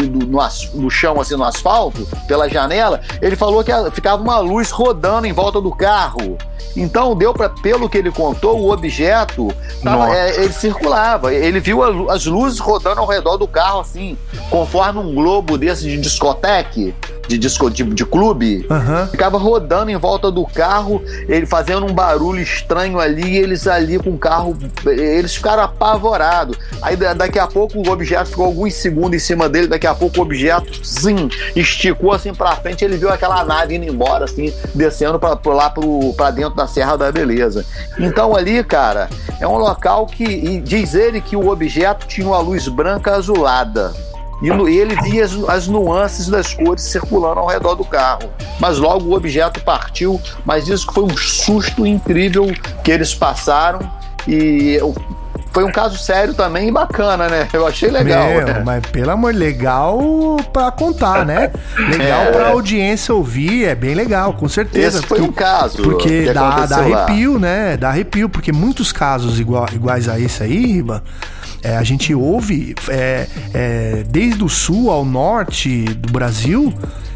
no chão, assim, no asfalto, pela janela. Ele falou que ficava uma luz rodando em volta do carro. Então deu para, pelo que ele contou, o objeto ele circulava, ele viu as luzes rodando ao redor do carro, assim, conforme um globo desse de discoteque, de clube, ficava rodando em volta do carro, ele fazendo um barulho estranho ali, eles ali com o carro, eles ficaram apavorados. Aí daqui a pouco o objeto ficou alguns segundos em cima dele, daqui a pouco o objeto esticou assim pra frente, ele viu aquela nave indo embora, assim, descendo pra dentro da Serra da Beleza. Então ali, cara, é um local que diz ele que o objeto tinha uma luz branca azulada. E ele via as nuances das cores circulando ao redor do carro. Mas logo o objeto partiu. Mas isso foi um susto incrível que eles passaram. E foi um caso sério também e bacana, né? Eu achei legal. Né? Mas pelo amor, legal pra contar, né? Legal pra audiência ouvir, é bem legal, com certeza. Esse foi um caso. Porque dá arrepio, né? Dá arrepio, porque muitos casos iguais a esse aí, Riba, a gente ouve desde o sul ao norte do Brasil,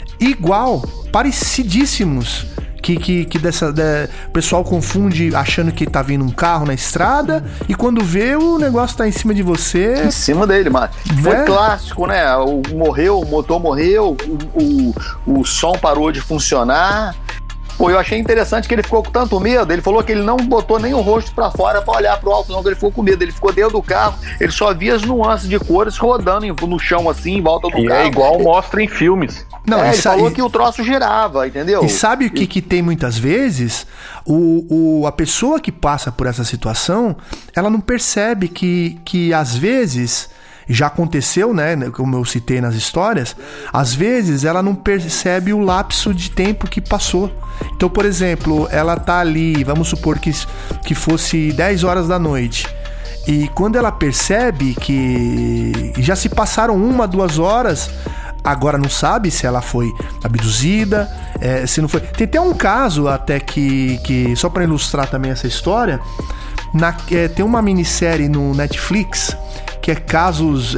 parecidíssimos. Que o pessoal confunde achando que tá vindo um carro na estrada e quando vê o negócio tá em cima de você. Em cima dele, mano. Foi clássico, né? O motor morreu, o som parou de funcionar. Pô, eu achei interessante que ele ficou com tanto medo. Ele falou que ele não botou nem o rosto pra fora pra olhar pro alto, não, que ele ficou com medo. Ele ficou dentro do carro, ele só via as nuances de cores rodando no chão, assim, em volta do carro. É igual mostra em filmes. Não, ele falou que o troço girava, entendeu? E sabe o que tem muitas vezes? A pessoa que passa por essa situação, ela não percebe que às vezes... Já aconteceu, né? Como eu citei nas histórias, às vezes ela não percebe o lapso de tempo que passou. Então, por exemplo, ela tá ali, vamos supor que fosse 10 horas da noite. E quando ela percebe que já se passaram 1, 2 horas, agora não sabe se ela foi abduzida, se não foi. Tem até um caso até que só para ilustrar também essa história, tem uma minissérie no Netflix que é casos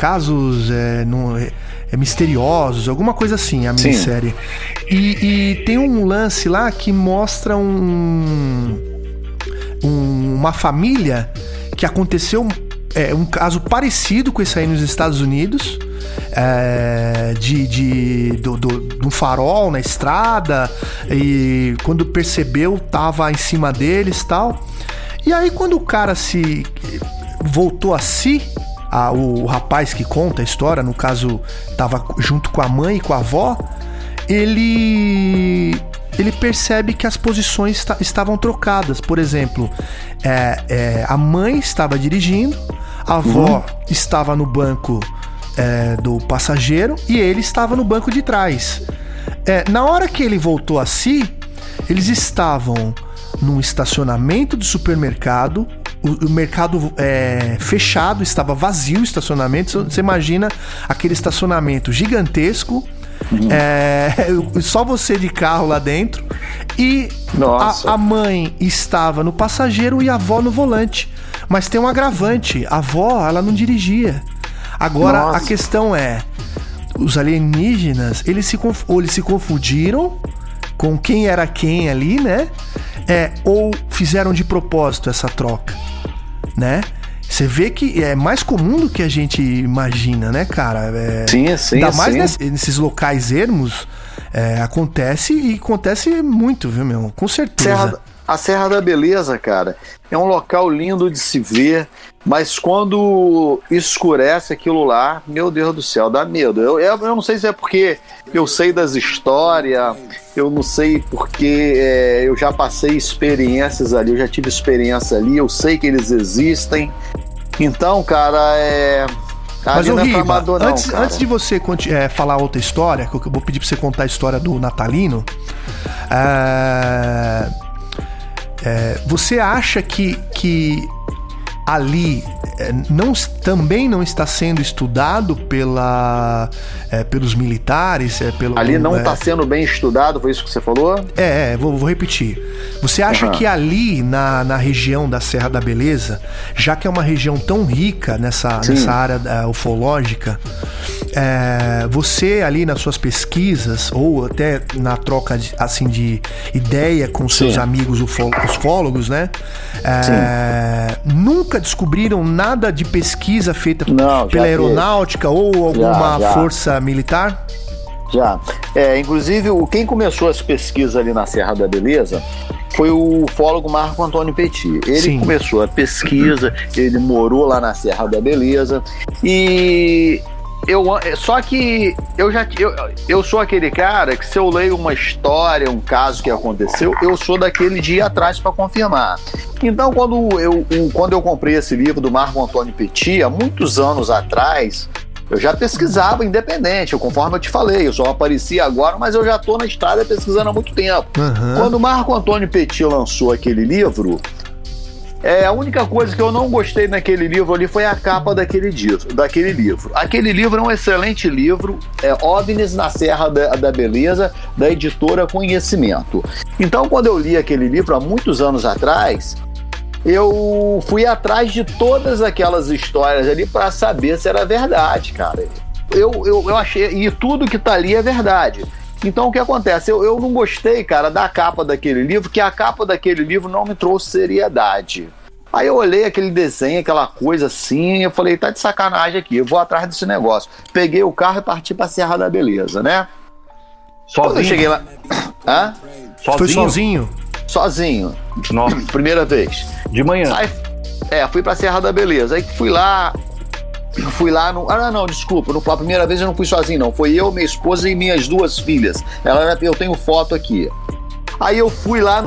misteriosos, alguma coisa assim, a minissérie. E tem um lance lá que mostra uma família que aconteceu um caso parecido com esse aí nos Estados Unidos, de um farol na estrada, e quando percebeu tava em cima deles e tal. E aí quando o cara voltou a si, o rapaz que conta a história, no caso estava junto com a mãe e com a avó, ele percebe que as posições estavam trocadas. Por exemplo, a mãe estava dirigindo, a avó estava no banco do passageiro e ele estava no banco de trás. Na hora que ele voltou a si, eles estavam num estacionamento de supermercado. O mercado fechado, estava vazio o estacionamento. Você imagina aquele estacionamento gigantesco, Só você de carro lá dentro. E a mãe estava no passageiro e a avó no volante. Mas tem um agravante, a avó, ela não dirigia. Agora, a questão é, os alienígenas, eles se confundiram com quem era quem ali, né? Ou fizeram de propósito essa troca, né? Você vê que é mais comum do que a gente imagina, né, cara? Sim. Ainda mais nesses locais ermos, acontece muito, viu, meu? Com certeza. A Serra da Beleza, cara, é um local lindo de se ver, mas quando escurece aquilo lá, meu Deus do céu, dá medo. Eu não sei se é porque eu sei das histórias, eu não sei porque eu já passei experiências ali, eu já tive experiência ali, eu sei que eles existem. Então, cara, Mas, Riba, antes de você falar outra história, que eu vou pedir pra você contar a história do natalino, você acha que ali também não está sendo estudado pelos militares? Ali não está sendo bem estudado, foi isso que você falou? Vou repetir. Você acha que ali na região da Serra da Beleza, já que é uma região tão rica nessa área ufológica, você ali nas suas pesquisas, ou até na troca de ideia com seus amigos ufólogos, né? Nunca descobriram nada de pesquisa feita pela aeronáutica ou alguma força militar? Já. Inclusive, quem começou as pesquisas ali na Serra da Beleza foi o ufólogo Marco Antônio Petit. Ele começou a pesquisa, ele morou lá na Serra da Beleza e... Só que eu sou aquele cara que, se eu leio uma história, um caso que aconteceu, eu sou daquele dia atrás para confirmar. Então, quando eu comprei esse livro do Marco Antônio Petit, há muitos anos atrás, eu já pesquisava independente, conforme eu te falei, eu só apareci agora, mas eu já estou na estrada pesquisando há muito tempo. Quando o Marco Antônio Petit lançou aquele livro, a única coisa que eu não gostei naquele livro ali foi a capa daquele livro. Aquele livro é um excelente livro, OVNIs na Serra da Beleza, da editora Conhecimento. Então, quando eu li aquele livro há muitos anos atrás, eu fui atrás de todas aquelas histórias ali para saber se era verdade, cara. Eu achei, e tudo que tá ali é verdade. Então, o que acontece? Eu não gostei, cara, da capa daquele livro, que a capa daquele livro não me trouxe seriedade. Aí eu olhei aquele desenho, aquela coisa assim, eu falei, tá de sacanagem aqui, eu vou atrás desse negócio. Peguei o carro e parti pra Serra da Beleza, né? Sozinho? Quando eu cheguei lá... Foi sozinho? Sozinho. Nossa. Primeira vez. De manhã? Aí, fui pra Serra da Beleza. Aí fui lá no... desculpa. A primeira vez eu não fui sozinho, não. Foi eu, minha esposa e minhas 2 filhas. Eu tenho foto aqui. Aí eu fui lá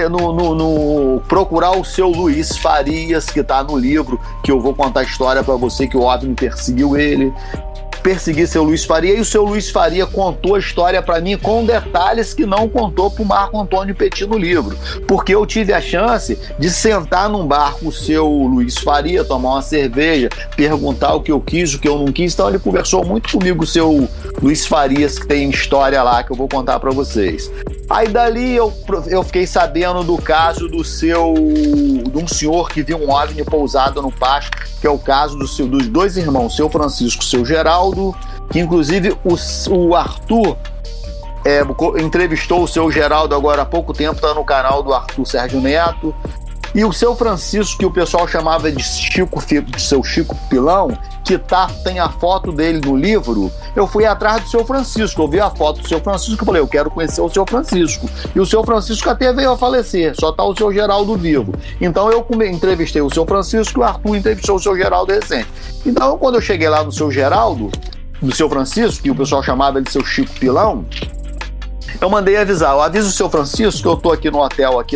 no procurar o seu Luiz Farias, que tá no livro, que eu vou contar a história pra você, que o OVNI perseguiu ele. Persegui seu Luiz Faria, e o seu Luiz Faria contou a história para mim com detalhes que não contou pro Marco Antônio Petit no livro, porque eu tive a chance de sentar num bar com o seu Luiz Faria, tomar uma cerveja, perguntar o que eu quis, o que eu não quis. Então ele conversou muito comigo, o seu Luiz Farias, que tem história lá que eu vou contar para vocês. Aí dali eu fiquei sabendo do caso de um senhor que viu um OVNI pousado no pasto, que é o caso dos 2 irmãos, seu Francisco e seu Geraldo, que inclusive o Arthur entrevistou o seu Geraldo agora há pouco tempo, está no canal do Arthur Sérgio Neto. E o seu Francisco, que o pessoal chamava de seu Chico Pilão, que tem a foto dele no livro, eu fui atrás do seu Francisco, eu vi a foto do seu Francisco e falei, eu quero conhecer o seu Francisco. E o seu Francisco até veio a falecer, só tá o seu Geraldo vivo. Então eu entrevistei o seu Francisco e o Arthur entrevistou o seu Geraldo recente. Então quando eu cheguei lá no seu Geraldo, do seu Francisco, que o pessoal chamava ele de seu Chico Pilão, eu mandei avisar, eu aviso o seu Francisco que eu tô aqui no hotel, aqui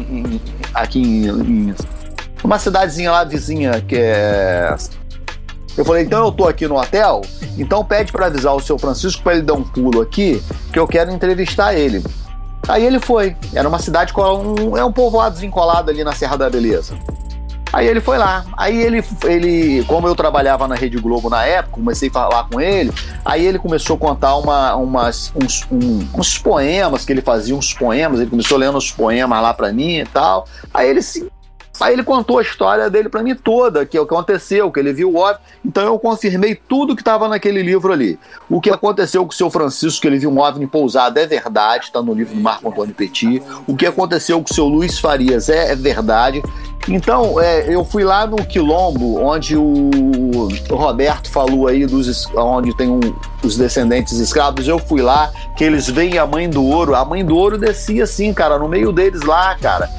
em uma cidadezinha lá vizinha, que é... Eu falei, então eu tô aqui no hotel, então pede para avisar o seu Francisco para ele dar um pulo aqui, que eu quero entrevistar ele. Aí ele foi, era uma cidade, um povoadozinho colado ali na Serra da Beleza. Aí ele foi lá, aí ele, como eu trabalhava na Rede Globo na época, comecei a falar com ele, aí ele começou a contar uns poemas, que ele fazia uns poemas, ele começou lendo os poemas lá pra mim e tal, aí ele contou a história dele pra mim toda, que é o que aconteceu, que ele viu o OVNI. Então eu confirmei tudo que estava naquele livro ali. O que aconteceu com o seu Francisco, que ele viu um OVNI pousado, é verdade, está no livro do Marco Antônio Petit. O que aconteceu com o seu Luiz Farias é verdade. Então, eu fui lá no Quilombo, onde o Roberto falou aí, onde tem os descendentes escravos. Eu fui lá, que eles veem a Mãe do Ouro. A Mãe do Ouro descia assim, cara, no meio deles lá, cara.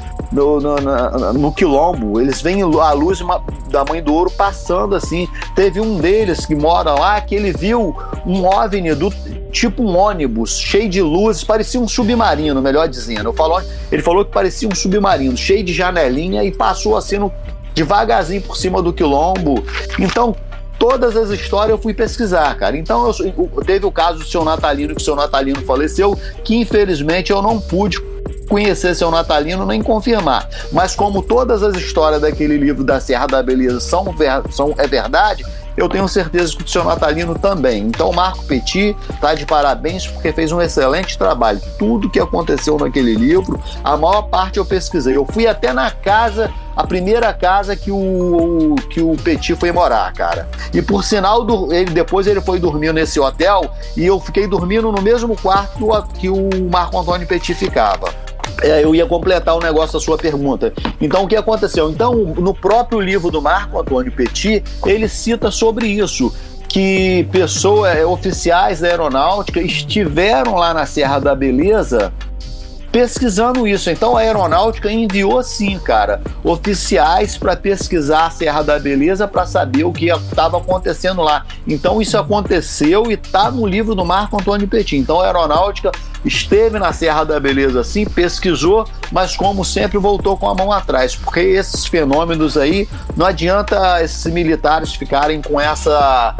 No Quilombo, eles veem a luz da Mãe do Ouro passando assim. Teve um deles que mora lá que ele viu um OVNI tipo um ônibus cheio de luzes, parecia um submarino, melhor dizendo. Ele falou que parecia um submarino, cheio de janelinha, e passou assim devagarzinho por cima do Quilombo. Então, todas as histórias eu fui pesquisar, cara. Então, teve o caso do seu Natalino, que o seu Natalino faleceu, que infelizmente eu não pude conhecer seu Natalino nem confirmar. Mas como todas as histórias daquele livro da Serra da Beleza é verdade, eu tenho certeza que o seu Natalino também. Então o Marco Petit tá de parabéns, porque fez um excelente trabalho. Tudo que aconteceu naquele livro, a maior parte eu pesquisei. Eu fui até na casa, a primeira casa que o Petit foi morar, cara. E por sinal, depois ele foi dormir nesse hotel, e eu fiquei dormindo no mesmo quarto que o Marco Antônio Petit ficava. Eu ia completar o negócio da sua pergunta. Então, o que aconteceu? Então, no próprio livro do Marco Antônio Petit, ele cita sobre isso, que oficiais da aeronáutica estiveram lá na Serra da Beleza pesquisando isso. Então a aeronáutica enviou sim, cara, oficiais para pesquisar a Serra da Beleza, para saber o que estava acontecendo lá. Então isso aconteceu e está no livro do Marco Antônio Petit. Então a aeronáutica esteve na Serra da Beleza sim, pesquisou, mas como sempre voltou com a mão atrás, porque esses fenômenos aí, não adianta esses militares ficarem com essa...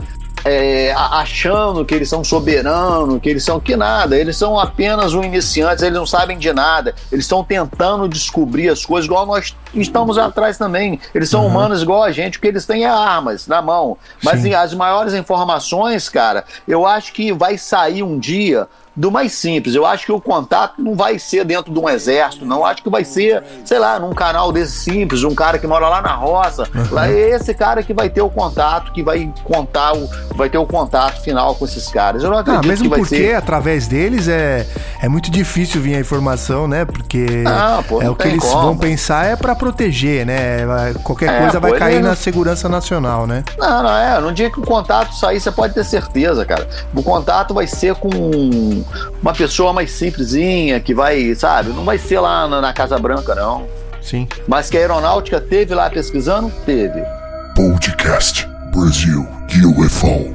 achando que eles são soberanos, que eles são nada, eles são apenas iniciantes, eles não sabem de nada, eles estão tentando descobrir as coisas, igual nós estamos atrás também. Eles são humanos igual a gente, o que eles têm é armas na mão, mas as maiores informações, cara, eu acho que vai sair um dia do mais simples. Eu acho que o contato não vai ser dentro de um exército, não. Acho que vai ser, sei lá, num canal desse simples, um cara que mora lá na roça. Lá é esse cara que vai ter o contato, que vai ter o contato final com esses caras. Eu não acredito mesmo que vai porque ser... através deles é muito difícil vir a informação, né? Porque o que eles vão pensar é pra proteger, né? Qualquer coisa vai cair na segurança nacional, né? No dia que o contato sair, você pode ter certeza, cara. O contato vai ser com uma pessoa mais simplesinha, que vai, sabe, não vai ser lá na Casa Branca, não. Sim. Mas que a aeronáutica teve lá pesquisando, teve. Podcast Brasil UFO.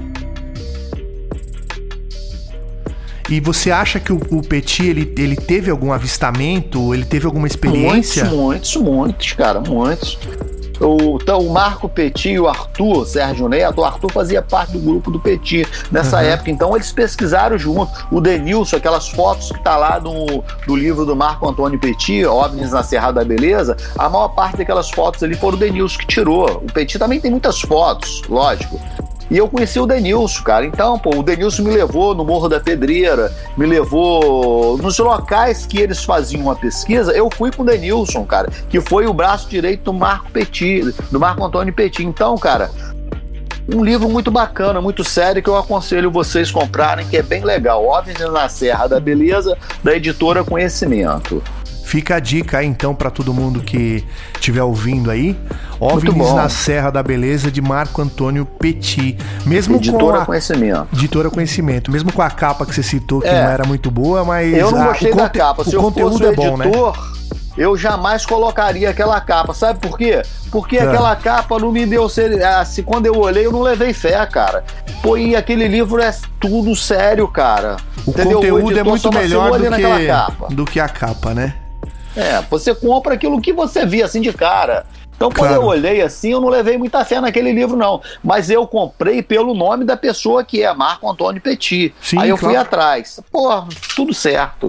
E você acha que o Petit, ele teve algum avistamento? Ele teve alguma experiência? Muitos, cara, muitos. Então, o Marco Petit e o Arthur, Sérgio Neto, o Arthur fazia parte do grupo do Petit nessa época, então eles pesquisaram junto. O Denilson, aquelas fotos que tá lá do livro do Marco Antônio Petit, OVNIs na Serra da Beleza, a maior parte daquelas fotos ali foram o Denilson que tirou. O Petit também tem muitas fotos, lógico. E eu conheci o Denilson, cara. Então, o Denilson me levou no Morro da Pedreira, me levou nos locais que eles faziam a pesquisa. Eu fui com o Denilson, cara, que foi o braço direito do Marco Petit, do Marco Antônio Petit. Então, cara, um livro muito bacana, muito sério, que eu aconselho vocês comprarem, que é bem legal. OVNIs na Serra da Beleza, da editora Conhecimento. Fica a dica aí, então, para todo mundo que estiver ouvindo aí. OVNIs na Serra da Beleza, de Marco Antônio Petit. Mesmo Editora Conhecimento. Editora Conhecimento. Mesmo com a capa que você citou, que não era muito boa, mas... Eu não gostei da capa. Se eu fosse o editor, né? Eu jamais colocaria aquela capa. Sabe por quê? Porque aquela capa não me deu... Assim, quando eu olhei, eu não levei fé, cara. Pô, e aquele livro é tudo sério, cara. O conteúdo é muito melhor do que a capa, né? Você compra aquilo que você via assim de cara. Então, quando eu olhei assim, eu não levei muita fé naquele livro, não. Mas eu comprei pelo nome da pessoa, que é Marco Antônio Petit. Sim, aí eu fui atrás. Pô, tudo certo.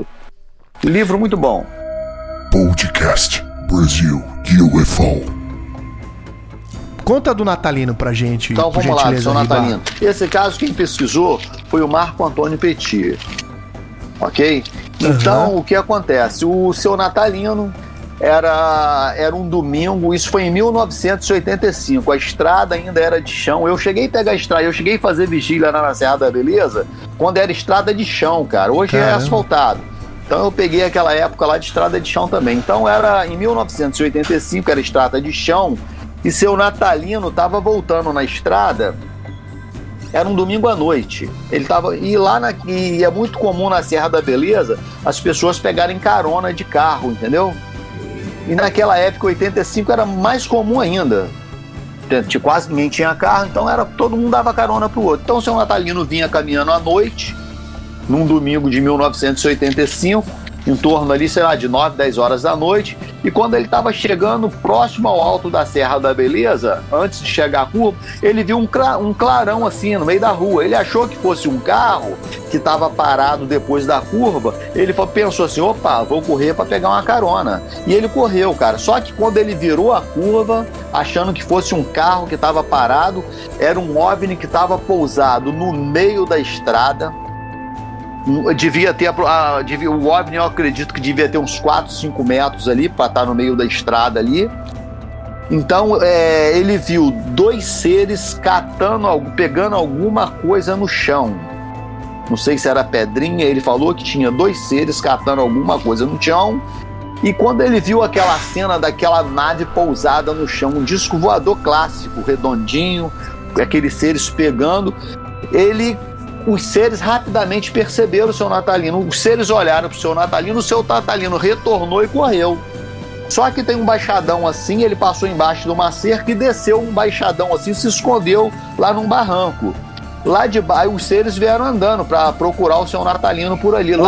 Livro muito bom. Podcast Brasil UFO. Conta do natalino pra gente. Então vamos lá, do seu natalino. Esse caso quem pesquisou foi o Marco Antônio Petit. Ok? Então o que acontece? O seu natalino era um domingo, isso foi em 1985, a estrada ainda era de chão. Eu cheguei a pegar a estrada, eu cheguei a fazer vigília na Serra da Beleza quando era estrada de chão, cara. Hoje é asfaltado. Então eu peguei aquela época lá de estrada de chão também. Então era em 1985, era estrada de chão, e seu natalino estava voltando na estrada. Era um domingo à noite. Ele tava. E é muito comum na Serra da Beleza as pessoas pegarem carona de carro, entendeu? E naquela época, 85, era mais comum ainda. Quase ninguém tinha carro, então todo mundo dava carona pro outro. Então o seu natalino vinha caminhando à noite, num domingo de 1985, em torno ali, sei lá, de 9, 10 horas da noite, e quando ele estava chegando próximo ao alto da Serra da Beleza, antes de chegar à curva, ele viu um clarão assim no meio da rua. Ele achou que fosse um carro que estava parado depois da curva. Ele pensou assim, opa, vou correr para pegar uma carona. E ele correu, cara. Só que quando ele virou a curva, achando que fosse um carro que estava parado, era um OVNI que estava pousado no meio da estrada. Devia ter o OVNI, eu acredito que devia ter uns 4, 5 metros ali para estar no meio da estrada ali. Então ele viu 2 seres pegando alguma coisa no chão. Não sei se era pedrinha. Ele falou que tinha 2 seres catando alguma coisa no chão. E quando ele viu aquela cena daquela nave pousada no chão, um disco voador clássico, redondinho, aqueles seres pegando, os seres rapidamente perceberam o seu natalino. Os seres olharam para o seu natalino retornou e correu. Só que tem um baixadão assim, ele passou embaixo de uma cerca e desceu um baixadão assim, se escondeu lá num barranco. Lá de baixo, os seres vieram andando para procurar o seu natalino por ali.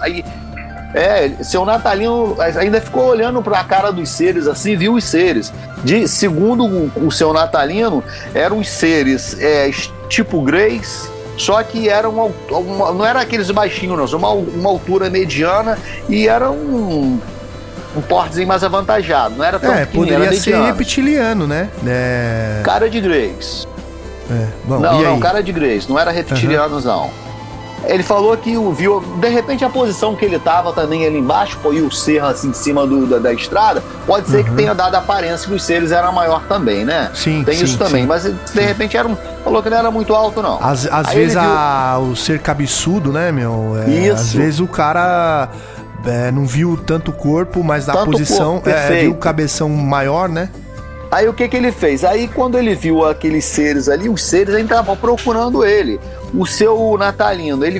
Seu natalino ainda ficou olhando para a cara dos seres assim, viu os seres. Segundo o seu natalino, eram os seres tipo Greys. Só que era não era aqueles baixinhos, não, uma altura mediana, e era um portezinho mais avantajado. Não era tão pequeno, poderia ser reptiliano, né? Cara de Greys. Bom, não, cara de Greys. Não era reptilianos, não. Ele falou que viu, de repente, a posição que ele estava também ali embaixo, e o cerro assim em cima da estrada, pode ser que tenha dado a aparência que os seres eram maior também, né? Sim, tem isso também, mas de repente falou que não era muito alto, não. Às vezes o ser cabeçudo, né, meu? Isso. Às vezes o cara não viu tanto corpo, mas na posição viu o cabeção maior, né? Aí o que ele fez? Aí quando ele viu aqueles seres ali, os seres ainda estavam procurando ele. O seu natalino, ele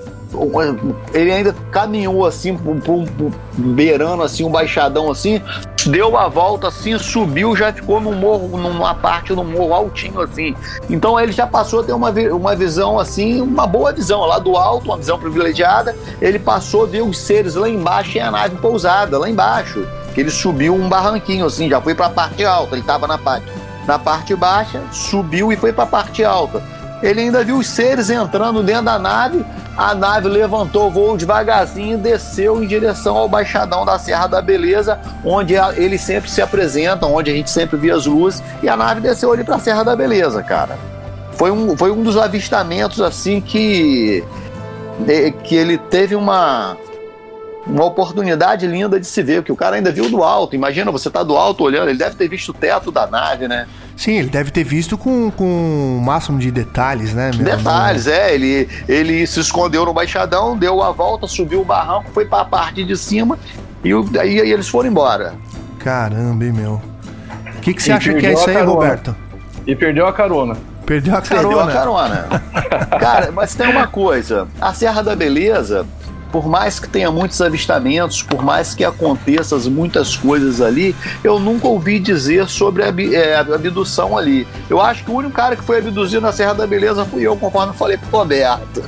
ainda caminhou assim, beirando assim, um baixadão assim, deu a volta assim, subiu, já ficou no morro, numa parte do morro altinho assim. Então ele já passou a ter uma visão assim, uma boa visão lá do alto, uma visão privilegiada. Ele passou a ver os seres lá embaixo e a nave pousada lá embaixo. Ele subiu um barranquinho assim, já foi para a parte alta. Ele estava na parte baixa, subiu e foi para a parte alta. Ele ainda viu os seres entrando dentro da nave. A nave levantou o voo devagarzinho e desceu em direção ao baixadão da Serra da Beleza, onde eles sempre se apresentam, onde a gente sempre vê as luzes. E a nave desceu ali para a Serra da Beleza, cara. Foi um dos avistamentos assim que ele teve uma oportunidade linda de se ver, porque o cara ainda viu do alto. Imagina, você tá do alto olhando, ele deve ter visto o teto da nave, né? Sim, ele deve ter visto com o máximo de detalhes, né? Detalhes, ele se escondeu no baixadão, deu a volta, subiu o barranco, foi pra parte de cima e aí eles foram embora. Caramba, hein, meu? O que você acha que é isso aí, Roberto? E perdeu a carona. Perdeu a carona. Cara, mas tem uma coisa, a Serra da Beleza, por mais que tenha muitos avistamentos, por mais que aconteçam muitas coisas ali, eu nunca ouvi dizer sobre a abdução ali. Eu acho que o único cara que foi abduzido na Serra da Beleza fui eu, conforme eu falei pro Roberto.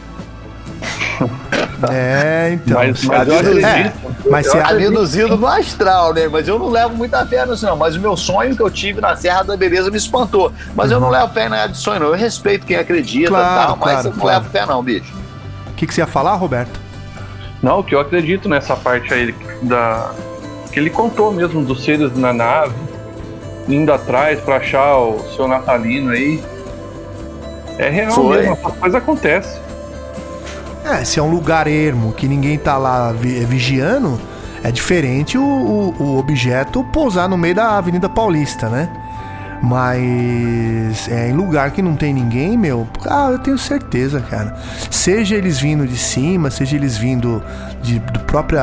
Então. Mas abduzido no astral, né? Mas eu não levo muita fé nisso, não. Mas o meu sonho que eu tive na Serra da Beleza me espantou. Mas eu não levo fé nada de sonho, não. Eu respeito quem acredita, mas eu não levo fé, não, bicho. O que você ia falar, Roberto? Não, que eu acredito nessa parte aí que ele contou mesmo dos seres na nave. indo atrás pra achar o seu Natalino aí. É real mesmo, essa coisa acontece. Se é um lugar ermo que ninguém tá lá vigiando, é diferente o objeto pousar no meio da Avenida Paulista, né? Mas em lugar que não tem ninguém, meu, eu tenho certeza, cara. Seja eles vindo de cima, seja eles vindo do próprio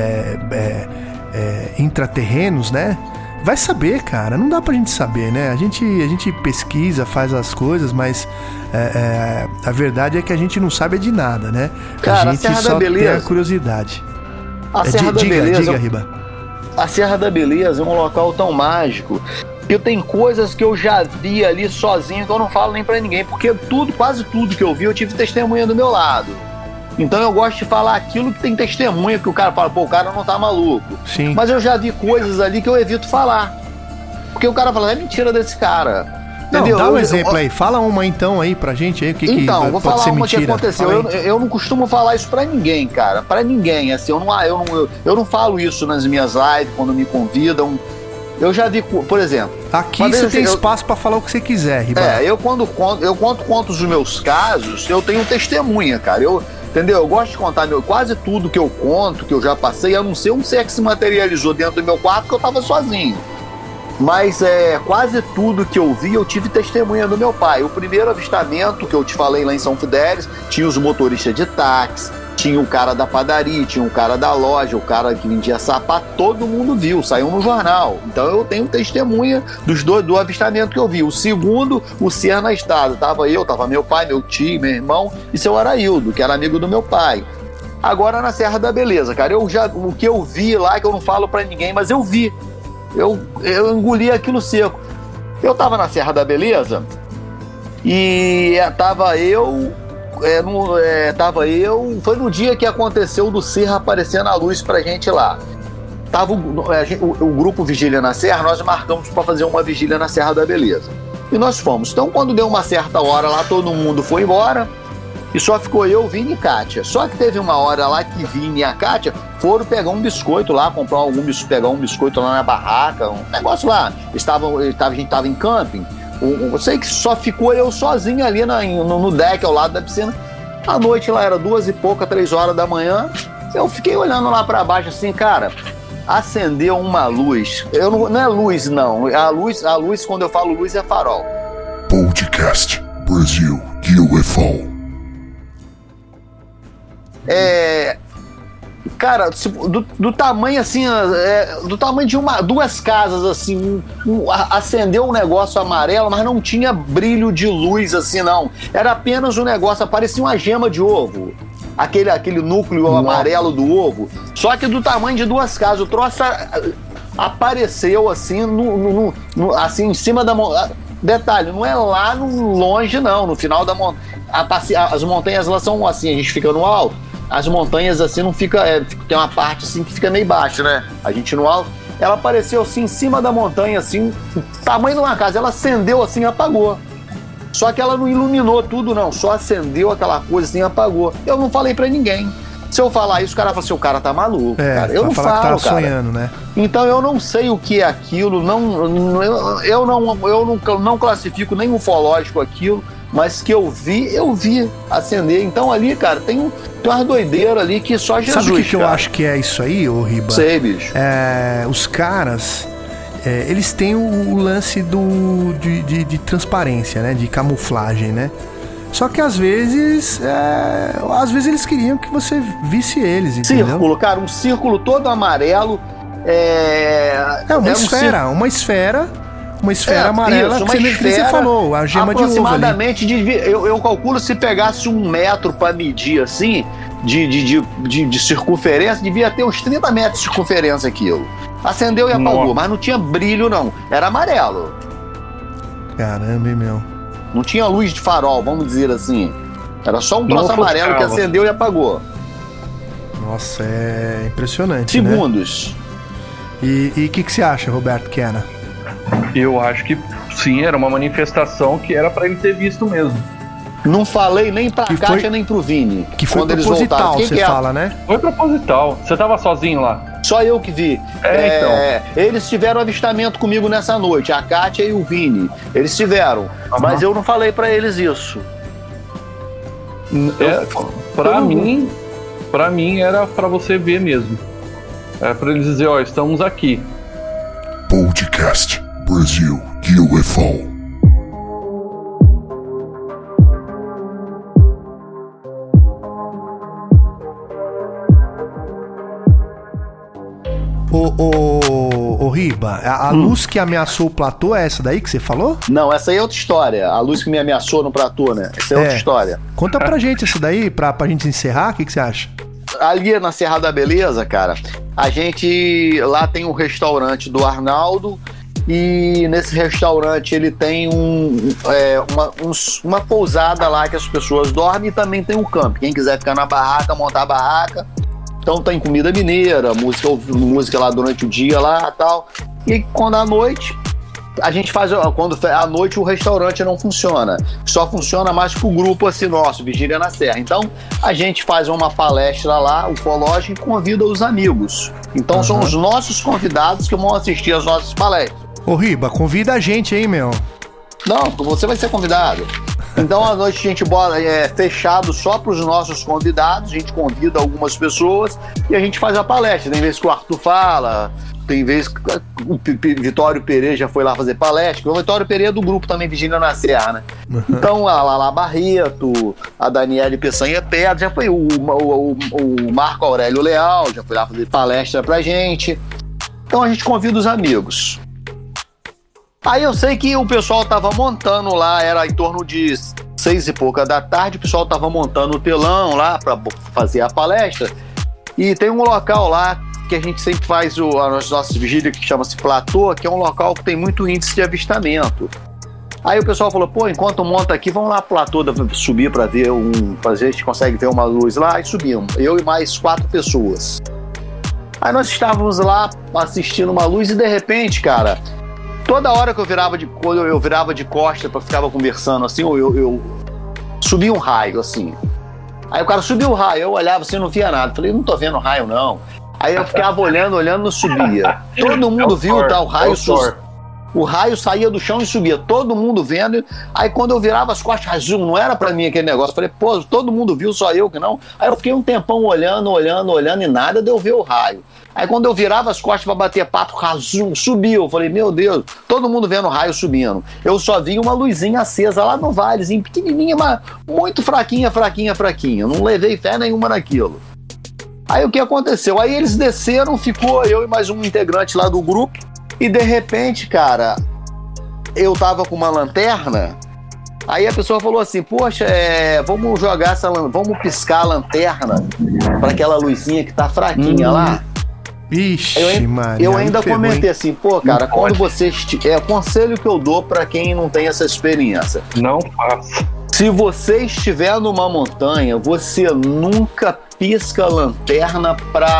intraterrenos, né? Vai saber, cara. Não dá pra gente saber, né? A gente pesquisa, faz as coisas, mas a verdade é que a gente não sabe de nada, né? Cara, a gente só tem a curiosidade. A Serra da Beleza. Diga, Riba. A Serra da Beleza é um local tão mágico que tem coisas que eu já vi ali sozinho que eu não falo nem pra ninguém, porque quase tudo que eu vi, eu tive testemunha do meu lado. Então eu gosto de falar aquilo que tem testemunha, que o cara fala, o cara não tá maluco. Sim. Mas eu já vi coisas ali que eu evito falar. Porque o cara fala, é mentira desse cara. Não, entendeu? dá um exemplo aí. Fala uma então aí pra gente aí, então, vou pode falar ser uma mentira. que aconteceu. Eu não costumo falar isso pra ninguém, cara. Pra ninguém, assim, eu não falo isso nas minhas lives, quando me convidam. Eu já vi, por exemplo... Aqui você tem espaço pra falar o que você quiser, Riba. Eu quando conto os meus casos, eu tenho testemunha, cara. Entendeu? Eu gosto de contar quase tudo que eu conto, que eu já passei, a não ser um ser que se materializou dentro do meu quarto, que eu tava sozinho. Mas quase tudo que eu vi, eu tive testemunha do meu pai. O primeiro avistamento que eu te falei lá em São Fidélis, tinha os motoristas de táxi, tinha o cara da padaria, tinha o cara da loja, o cara que vendia sapato, todo mundo viu, saiu no jornal. Então eu tenho testemunha do avistamento que eu vi. O segundo, o ser na estrada. Tava meu pai, meu tio, meu irmão e seu Araildo, que era amigo do meu pai. Agora na Serra da Beleza, cara, o que eu vi lá, que eu não falo pra ninguém, mas eu vi. Eu engoli aquilo seco. Eu tava na Serra da Beleza e foi no dia que aconteceu do ser aparecendo a luz pra gente lá. Tava o grupo Vigília na Serra, nós marcamos pra fazer uma vigília na Serra da Beleza. E nós fomos. Então quando deu uma certa hora lá, todo mundo foi embora e só ficou eu, Vini e Kátia. Só que teve uma hora lá que Vini e a Kátia foram pegar um biscoito lá, pegar um biscoito lá na barraca, um negócio lá. A gente tava em camping. Eu sei que só ficou eu sozinho ali no deck ao lado da piscina. A noite lá era 2 e pouca, 3 horas da manhã. Eu fiquei olhando lá pra baixo assim, cara, acendeu uma luz. Não é luz, não. A luz, quando eu falo luz, é farol. Podcast Brasil UFO. Cara, do tamanho assim, do tamanho de duas casas assim, acendeu um negócio amarelo, mas não tinha brilho de luz assim, não. Era apenas um negócio, parecia uma gema de ovo. Aquele núcleo amarelo do ovo. Só que do tamanho de duas casas. O troço apareceu assim, assim em cima da montanha. Detalhe, não é lá longe, não. No final da montanha. As montanhas lá são assim, a gente fica no alto. As montanhas assim não fica. Tem uma parte assim que fica meio baixa, né? A gente no alto. Ela apareceu assim em cima da montanha, assim, tamanho de uma casa. Ela acendeu assim e apagou. Só que ela não iluminou tudo, não. Só acendeu aquela coisa assim e apagou. Eu não falei pra ninguém. Se eu falar isso, o cara fala assim, o cara tá maluco, cara. Eu não falo, que tá cara. Sonhando, né? Então eu não sei o que é aquilo, eu não classifico nem ufológico aquilo, mas que eu vi acender. Então ali, cara, tem umas doideiras ali que só Jesus. Sabe o que eu acho que é isso aí, ô Riba? Sei, bicho. Os caras, eles têm o lance de transparência, né? De camuflagem, né? Só que às vezes eles queriam que você visse eles, entendeu? Círculo, cara, um círculo todo amarelo. Uma esfera amarela, isso, que você falou, a gema de uva ali. Aproximadamente, eu calculo, se pegasse 1 metro para medir assim, de circunferência, devia ter uns 30 metros de circunferência aquilo. Acendeu e apagou, mas não tinha brilho não, era amarelo. Caramba, hein, meu? Não tinha luz de farol, vamos dizer assim. Era só um troço amarelo que acendeu e apagou. Nossa, é impressionante, segundos. Né? E o que você acha, Roberto Kena? Eu acho que sim, era uma manifestação que era pra ele ter visto mesmo. Não falei nem pra Kátia nem pro Vini. Que foi proposital, você fala, né? Foi proposital. Você tava sozinho lá? Só eu que vi. Então. Eles tiveram avistamento comigo nessa noite, a Kátia e o Vini. Eles tiveram, mas eu não falei pra eles isso. Pra mim era pra você ver mesmo. Era pra eles dizer, ó, estamos aqui. Podcast Brasil UFO. Ô Riba, a luz que ameaçou o platô é essa daí que você falou? Não, essa aí é outra história. A luz que me ameaçou no platô, né? Essa é outra história. Conta pra gente essa daí, pra gente encerrar, o que você acha? Ali na Serra da Beleza, cara, a gente... Lá tem um restaurante do Arnaldo e nesse restaurante ele tem uma pousada lá que as pessoas dormem e também tem um campo. Quem quiser ficar na barraca, montar a barraca. Então tem comida mineira, música lá durante o dia lá e tal. E quando à noite, a gente faz... Quando à noite o restaurante não funciona. Só funciona mais pro grupo assim nosso, Vigília na Serra. Então a gente faz uma palestra lá, ufológica, e convida os amigos. Então são os nossos convidados que vão assistir as nossas palestras. Ô Riba, convida a gente aí, meu. Não, você vai ser convidado. Então à noite a gente bota fechado só para os nossos convidados, a gente convida algumas pessoas e a gente faz a palestra. Tem vezes que o Arthur fala, tem vezes que o Vitório Pereira já foi lá fazer palestra. O Vitório Pereira é do grupo também Vigília na Serra, né? Então a Lala Barreto, a Daniele Peçanha Pedra, já foi o Marco Aurélio Leal, já foi lá fazer palestra pra gente. Então a gente convida os amigos. Aí eu sei que o pessoal tava montando lá, era em torno de 6 e pouca da tarde, o pessoal tava montando o telão lá para fazer a palestra. E tem um local lá que a gente sempre faz as nossas vigílias, que chama-se Platô, que é um local que tem muito índice de avistamento. Aí o pessoal falou, enquanto monta aqui, vamos lá pro Platô subir para ver a gente consegue ver uma luz lá, e subimos. Eu e mais 4 pessoas. Aí nós estávamos lá assistindo uma luz e de repente, cara... Toda hora que quando eu virava de costa, ficava conversando assim, eu subia um raio, assim. Aí o cara subiu o raio, eu olhava assim, não via nada. Falei, não tô vendo raio, não. Aí eu ficava olhando, não subia. Todo mundo viu, tá? O raio saía do chão e subia. Todo mundo vendo. Aí quando eu virava as costas, não era pra mim aquele negócio. Falei, todo mundo viu, só eu que não. Aí eu fiquei um tempão olhando e nada de eu ver o raio. Aí quando eu virava as costas pra bater papo, subiu. Eu falei, meu Deus, todo mundo vendo o raio subindo. Eu só vi uma luzinha acesa lá no valezinho, pequenininha, mas muito fraquinha. Não levei fé nenhuma naquilo. Aí o que aconteceu? Aí eles desceram, ficou eu e mais um integrante lá do grupo. E de repente, cara, eu tava com uma lanterna. Aí a pessoa falou assim, poxa, vamos jogar vamos piscar a lanterna pra aquela luzinha que tá fraquinha lá. Ixi, mano. Eu ainda comentei assim, cara, quando você... É o conselho que eu dou pra quem não tem essa experiência. Não faça. Se você estiver numa montanha, você nunca pisca a lanterna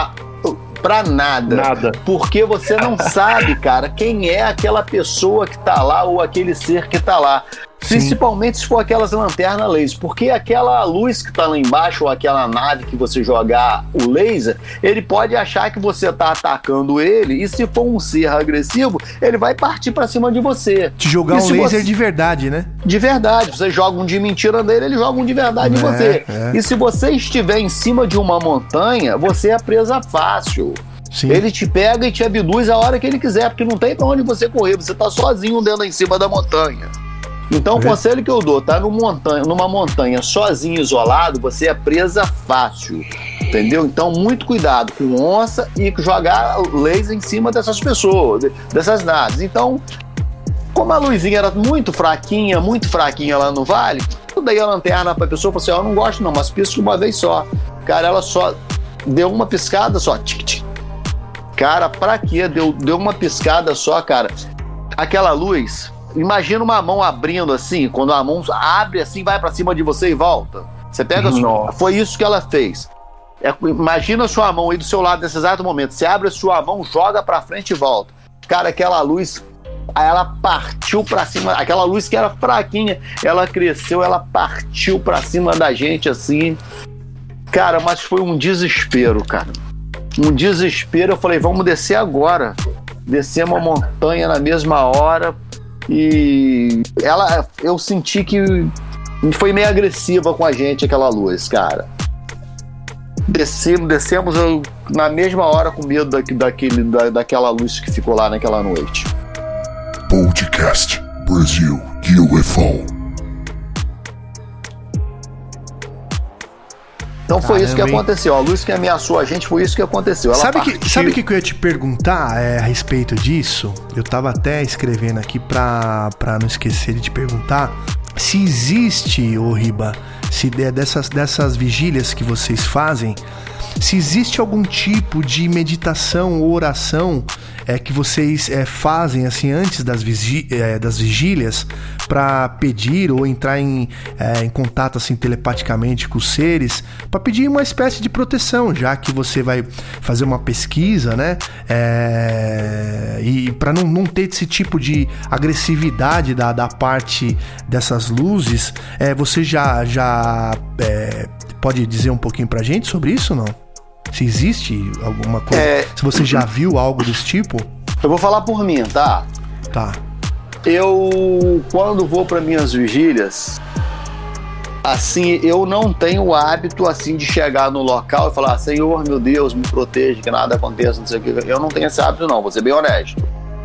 pra nada. Porque você não sabe, cara, quem é aquela pessoa que tá lá ou aquele ser que tá lá. Sim. Principalmente se for aquelas lanternas laser, porque aquela luz que tá lá embaixo ou aquela nave que você jogar o laser, ele pode achar que você tá atacando ele e se for um ser agressivo, ele vai partir pra cima de você. Te jogar um laser de verdade, né? De verdade. Você joga um de mentira nele, ele joga um de verdade em você. E se você estiver em cima de uma montanha, você é presa fácil. Sim. Ele te pega e te abduz a hora que ele quiser, porque não tem pra onde você correr, você tá sozinho dentro em cima da montanha. Então o conselho que eu dou, tá numa montanha sozinho, isolado, você é presa fácil, entendeu? Então muito cuidado com onça e jogar laser em cima dessas pessoas, dessas naves. Então, como a luzinha era muito fraquinha lá no vale, eu dei a lanterna pra pessoa e falei assim, eu não gosto não, mas pisco uma vez só. Cara, ela só deu uma piscada só, tic-tic. Cara, pra quê? Deu uma piscada só, cara. Aquela luz... Imagina uma mão abrindo assim, quando a mão abre assim, vai pra cima de você e volta. Você pega... Foi isso que ela fez. Imagina a sua mão aí do seu lado nesse exato momento. Você abre a sua mão, joga pra frente e volta. Cara, aquela luz, ela partiu pra cima. Aquela luz que era fraquinha, ela cresceu, ela partiu pra cima da gente assim. Cara, mas foi um desespero, cara. um desespero, eu falei, vamos descer agora. Descemos a montanha na mesma hora e eu senti que foi meio agressiva com a gente aquela luz, cara. Descemos na mesma hora com medo daquela luz que ficou lá naquela noite. Podcast Brasil UFO. Então foi isso que aconteceu. A luz que ameaçou a gente foi isso que aconteceu. Ela sabe o que eu ia te perguntar a respeito disso? Eu tava até escrevendo aqui pra não esquecer de te perguntar se existe, ô Riba, se dessas vigílias que vocês fazem, se existe algum tipo de meditação ou oração que vocês fazem assim antes das vigílias para pedir ou entrar em contato assim telepaticamente com os seres para pedir uma espécie de proteção, já que você vai fazer uma pesquisa, né? E para não ter esse tipo de agressividade da parte dessas luzes, você já pode dizer um pouquinho pra gente sobre isso, não? Se existe alguma coisa, se você já viu algo desse tipo? Eu vou falar por mim, tá? Tá. Eu, quando vou para minhas vigílias, assim, eu não tenho o hábito, assim, de chegar no local e falar, Senhor, meu Deus, me proteja, que nada aconteça, não sei o que. Eu não tenho esse hábito, não, vou ser bem honesto.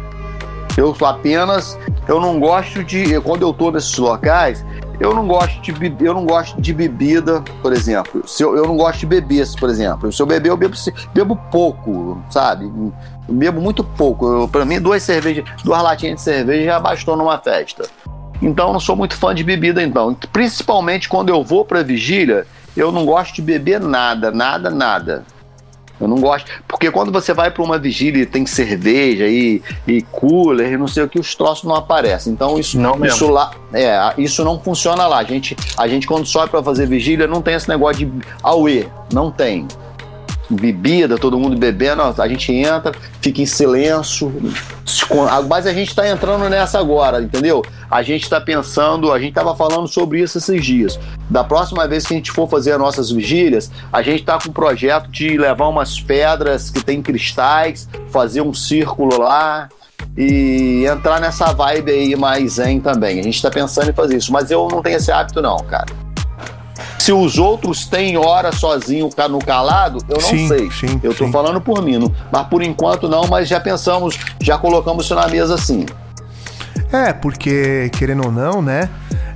Eu não gosto de, quando eu tô nesses locais, eu não gosto de bebida, por exemplo. Eu não gosto de beber, por exemplo. Se eu beber, eu bebo pouco, sabe? Eu bebo muito pouco. Pra mim, 2 latinhas de cerveja já bastou numa festa. Então, eu não sou muito fã de bebida, então. Principalmente quando eu vou pra vigília, eu não gosto de beber nada. Eu não gosto, porque quando você vai para uma vigília e tem cerveja e cooler e não sei o que, os troços não aparecem. Então isso não funciona lá. A gente quando sobe para fazer vigília não tem esse negócio de auê, não tem. Bebida, todo mundo bebendo, a gente entra, fica em silêncio, mas a gente tá entrando nessa agora, entendeu? A gente tá pensando, a gente tava falando sobre isso esses dias. Da próxima vez que a gente for fazer as nossas vigílias, a gente tá com um projeto de levar umas pedras que tem cristais, fazer um círculo lá e entrar nessa vibe aí mais zen também. A gente tá pensando em fazer isso, mas eu não tenho esse hábito não, cara. Se os outros têm hora sozinho no calado, eu não sei. Eu tô falando por mim, mas por enquanto não, mas já pensamos, já colocamos isso na mesa sim. Porque, querendo ou não, né,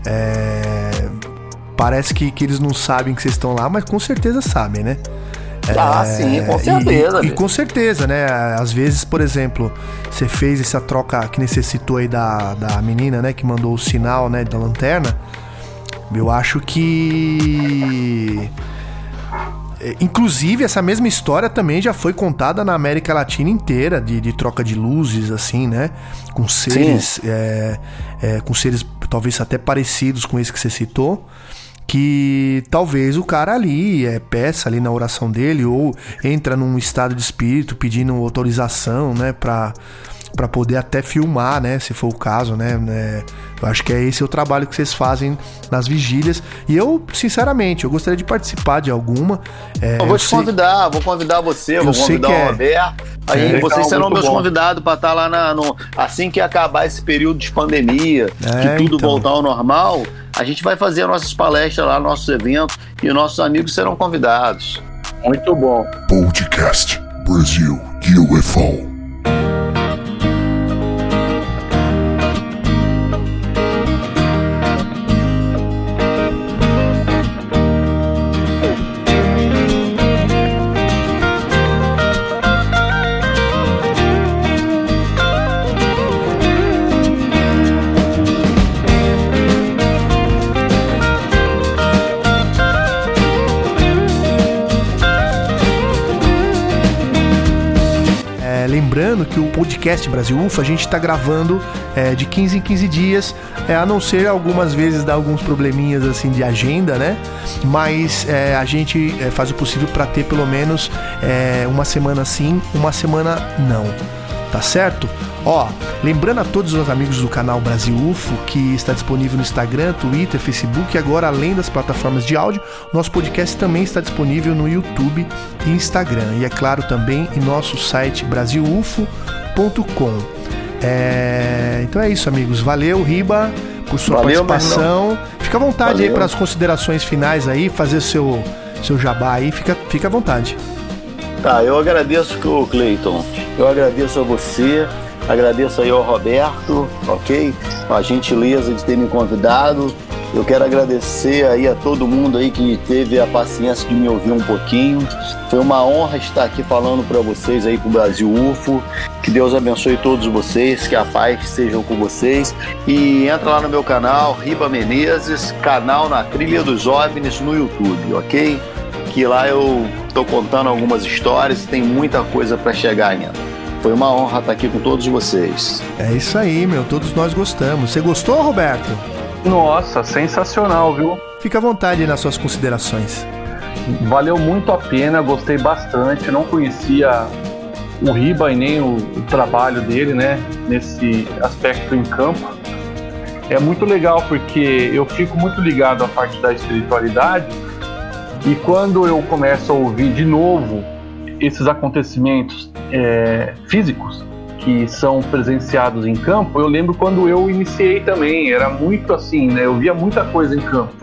parece que eles não sabem que vocês estão lá, mas com certeza sabem, né? Sim, com certeza. E com certeza, né? Às vezes, por exemplo, você fez essa troca que necessitou aí da menina, né, que mandou o sinal, né, da lanterna. Eu acho que... Inclusive, essa mesma história também já foi contada na América Latina inteira, de troca de luzes, assim, né? Com seres, com seres talvez até parecidos com esse que você citou, que talvez o cara ali peça ali na oração dele ou entra num estado de espírito pedindo autorização, né? Pra poder até filmar, né? Se for o caso, né? Eu acho que esse é o trabalho que vocês fazem nas vigílias. E eu, sinceramente, eu gostaria de participar de alguma. Eu vou te convidar, vou convidar você, vou convidar o Roberto. Vocês serão meus convidados para estar lá assim que acabar esse período de pandemia, que tudo voltar ao normal, a gente vai fazer nossas palestras lá, nossos eventos, e nossos amigos serão convidados. Muito bom. Podcast Brasil UFO. Lembrando que o podcast Brasil UFO a gente está gravando de 15 em 15 dias, a não ser algumas vezes dar alguns probleminhas assim de agenda, né? Mas a gente faz o possível para ter pelo menos uma semana sim, uma semana não. tá certo? Ó, lembrando a todos os amigos do canal Brasil UFO, que está disponível no Instagram, Twitter, Facebook, e agora, além das plataformas de áudio, nosso podcast também está disponível no YouTube e Instagram, e é claro também em nosso site brasilufo.com. Então é isso, amigos. Valeu, Riba, por sua participação. Fica à vontade aí para as considerações finais aí, fazer seu jabá aí, fica à vontade. Tá, eu agradeço, Cleiton. Eu agradeço a você, agradeço aí ao Roberto, ok? A gentileza de ter me convidado. Eu quero agradecer aí a todo mundo aí que teve a paciência de me ouvir um pouquinho. Foi uma honra estar aqui falando para vocês aí pro Brasil UFO. Que Deus abençoe todos vocês, que a paz esteja com vocês. E entra lá no meu canal, Riba Menezes, canal Na Trilha dos OVNIs no YouTube, ok? Que lá eu tô contando algumas histórias e tem muita coisa para chegar ainda. Foi uma honra estar aqui com todos vocês. É isso aí, meu, todos nós gostamos. Você gostou, Roberto? Nossa, sensacional, viu? Fica à vontade nas suas considerações. Valeu muito a pena, gostei bastante. Não conhecia o Riba e nem o trabalho dele, né? Nesse aspecto em campo. É muito legal porque eu fico muito ligado à parte da espiritualidade e quando eu começo a ouvir de novo esses acontecimentos físicos que são presenciados em campo, eu lembro quando eu iniciei também, era muito assim, né? Eu via muita coisa em campo.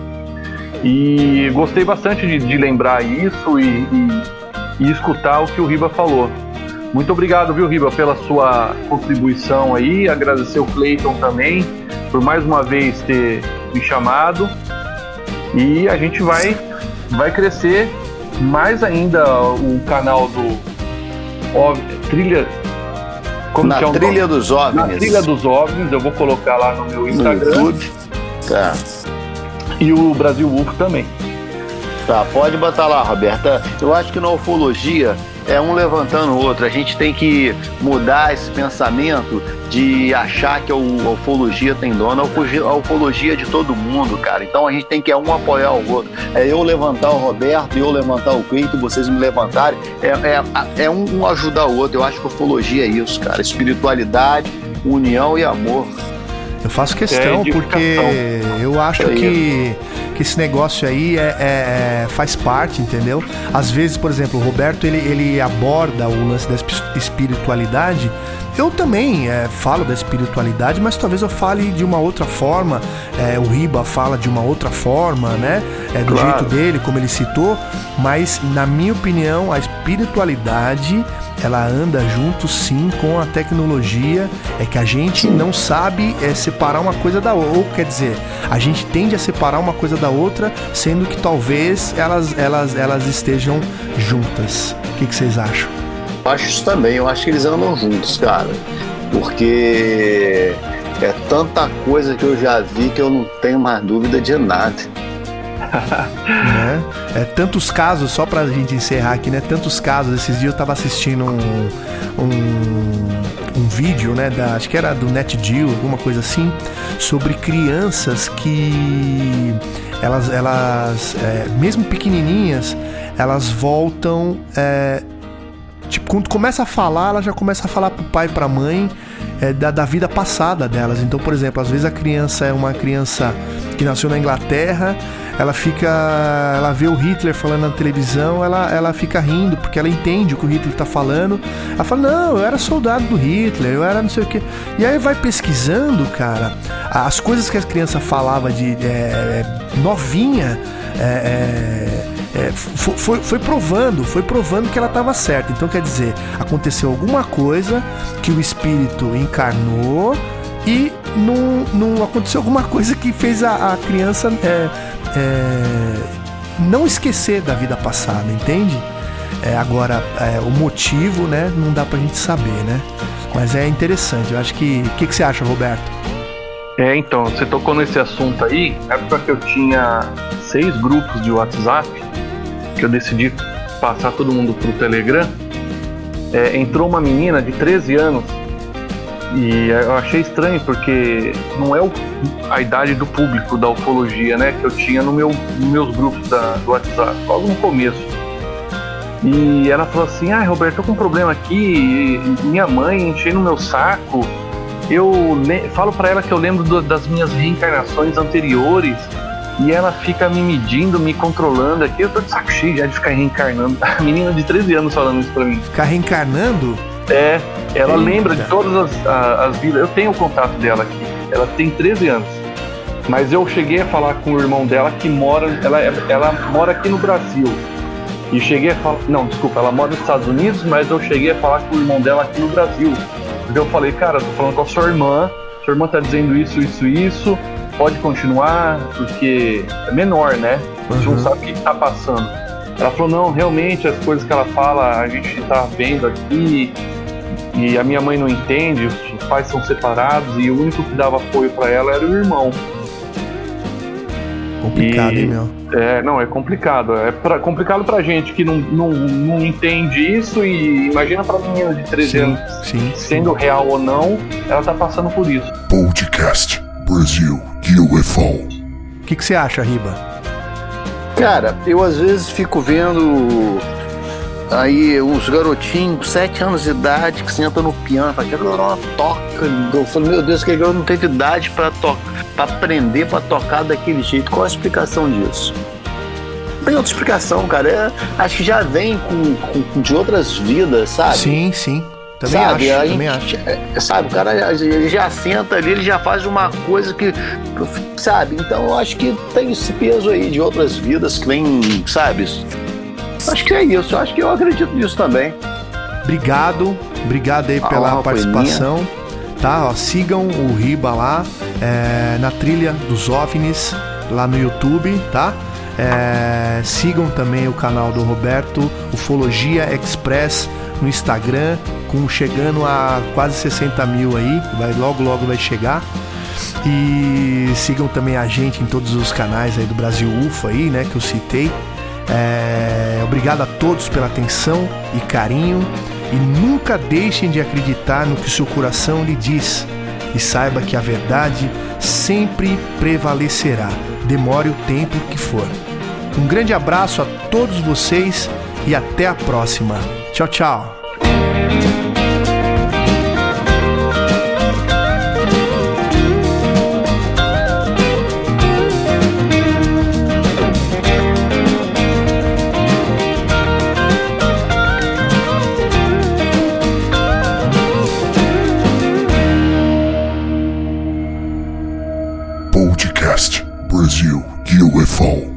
E gostei bastante de lembrar isso e escutar o que o Riba falou. Muito obrigado, viu, Riba, pela sua contribuição aí. Agradecer o Cleiton também por mais uma vez ter me chamado. E a gente vai crescer mais ainda o canal do Trilha... Na Trilha dos OVNIs. Na Trilha dos OVNIs, eu vou colocar lá no meu Instagram. No YouTube. Tá. E o Brasil UFO também. Tá, pode botar lá, Roberta. Eu acho que na ufologia é um levantando o outro. A gente tem que mudar esse pensamento de achar que a ufologia tem dono. A ufologia é de todo mundo, cara. Então a gente tem que um apoiar o outro. É eu levantar o Roberto, eu levantar o Cleiton, vocês me levantarem. É um ajudar o outro. Eu acho que a ufologia é isso, cara. Espiritualidade, união e amor. Eu faço questão porque eu acho que esse negócio aí faz parte, entendeu? Às vezes, por exemplo, o Roberto ele aborda o lance da espiritualidade. Eu também falo da espiritualidade, mas talvez eu fale de uma outra forma. O Riba fala de uma outra forma, né? Do jeito dele, como ele citou. Mas, na minha opinião, a espiritualidade ela anda junto sim com a tecnologia. É que a gente não sabe separar uma coisa da outra. Ou quer dizer, a gente tende a separar uma coisa da outra, sendo que talvez elas estejam juntas. O que vocês acham? Eu acho isso também, eu acho que eles andam juntos, cara. Porque é tanta coisa que eu já vi que eu não tenho mais dúvida de nada. Tantos casos, só pra gente encerrar aqui, né? Tantos casos. Esses dias eu tava assistindo um vídeo, né? Acho que era do NetGeo, alguma coisa assim, sobre crianças que elas mesmo pequenininhas, elas voltam. Tipo, quando começa a falar, ela já começa a falar pro pai e pra mãe da vida passada delas. Então, por exemplo, às vezes a criança é uma criança que nasceu na Inglaterra, ela vê o Hitler falando na televisão, ela fica rindo, porque ela entende o que o Hitler tá falando. Ela fala, não, eu era soldado do Hitler, eu era não sei o quê. E aí vai pesquisando, cara, as coisas que a criança falava de novinha, foi provando que ela estava certa. Então, quer dizer, aconteceu alguma coisa que o espírito encarnou e não aconteceu alguma coisa que fez a criança não esquecer da vida passada, entende? Agora, o motivo, né, não dá pra gente saber, né? Mas é interessante. Eu acho que... O que você acha, Roberto? Então, você tocou nesse assunto aí. Na época que eu tinha 6 grupos de WhatsApp, que eu decidi passar todo mundo pro Telegram, entrou uma menina de 13 anos e eu achei estranho porque não é a idade do público da ufologia, né, que eu tinha nos meus grupos do WhatsApp, logo no começo. E ela falou assim: Roberto, tô com um problema aqui, minha mãe enchendo meu saco. Eu falo pra ela que eu lembro das minhas reencarnações anteriores e ela fica me medindo, me controlando aqui. Eu tô de saco cheio já de ficar reencarnando. A menina de 13 anos falando isso pra mim. Ficar reencarnando? É, ela lembra de todas as vidas. Eu tenho o contato dela aqui. Ela tem 13 anos. Mas eu cheguei a falar com o irmão dela que mora... Ela mora aqui no Brasil. E cheguei a falar... Não, desculpa, ela mora nos Estados Unidos, mas eu cheguei a falar com o irmão dela aqui no Brasil. Porque eu falei, cara, tô falando com a sua irmã tá dizendo isso, pode continuar, porque é menor, né? A gente não sabe o que tá passando. Ela falou, não, realmente, as coisas que ela fala, a gente tá vendo aqui, e a minha mãe não entende, os pais são separados, e o único que dava apoio pra ela era o irmão. Complicado, hein, meu? Não, é complicado. Complicado pra gente que não entende isso, e imagina pra menina de 13 anos, sendo real ou não, ela tá passando por isso. Podcast Brasil UFO. O que você acha, Riba? Cara, eu às vezes fico vendo aí os garotinhos com 7 anos de idade que sentam no piano, fala que ela toca. Eu falo, meu Deus, que ele não teve idade pra aprender, pra tocar daquele jeito. Qual a explicação disso? Não tem outra explicação, cara. Acho que já vem de outras vidas, sabe? Sim. Também acho. Sabe, o cara ele já senta ali, ele já faz uma coisa que, sabe? Então eu acho que tem esse peso aí de outras vidas que vem, sabe? Acho que é isso, acho que eu acredito nisso também. Obrigado aí pela participação. Tá, ó, sigam o Riba lá, na Trilha dos OVNIs, lá no YouTube, tá? Sigam também o canal do Roberto, Ufologia Express, no Instagram, chegando a quase 60 mil aí, logo vai chegar. E sigam também a gente em todos os canais aí do Brasil UFO aí, né, que eu citei. Obrigado a todos pela atenção e carinho, e nunca deixem de acreditar no que o seu coração lhe diz, e saiba que a verdade sempre prevalecerá, demore o tempo que for. Um grande abraço a todos vocês e até a próxima. Tchau, tchau. Podcast Brasil UFO.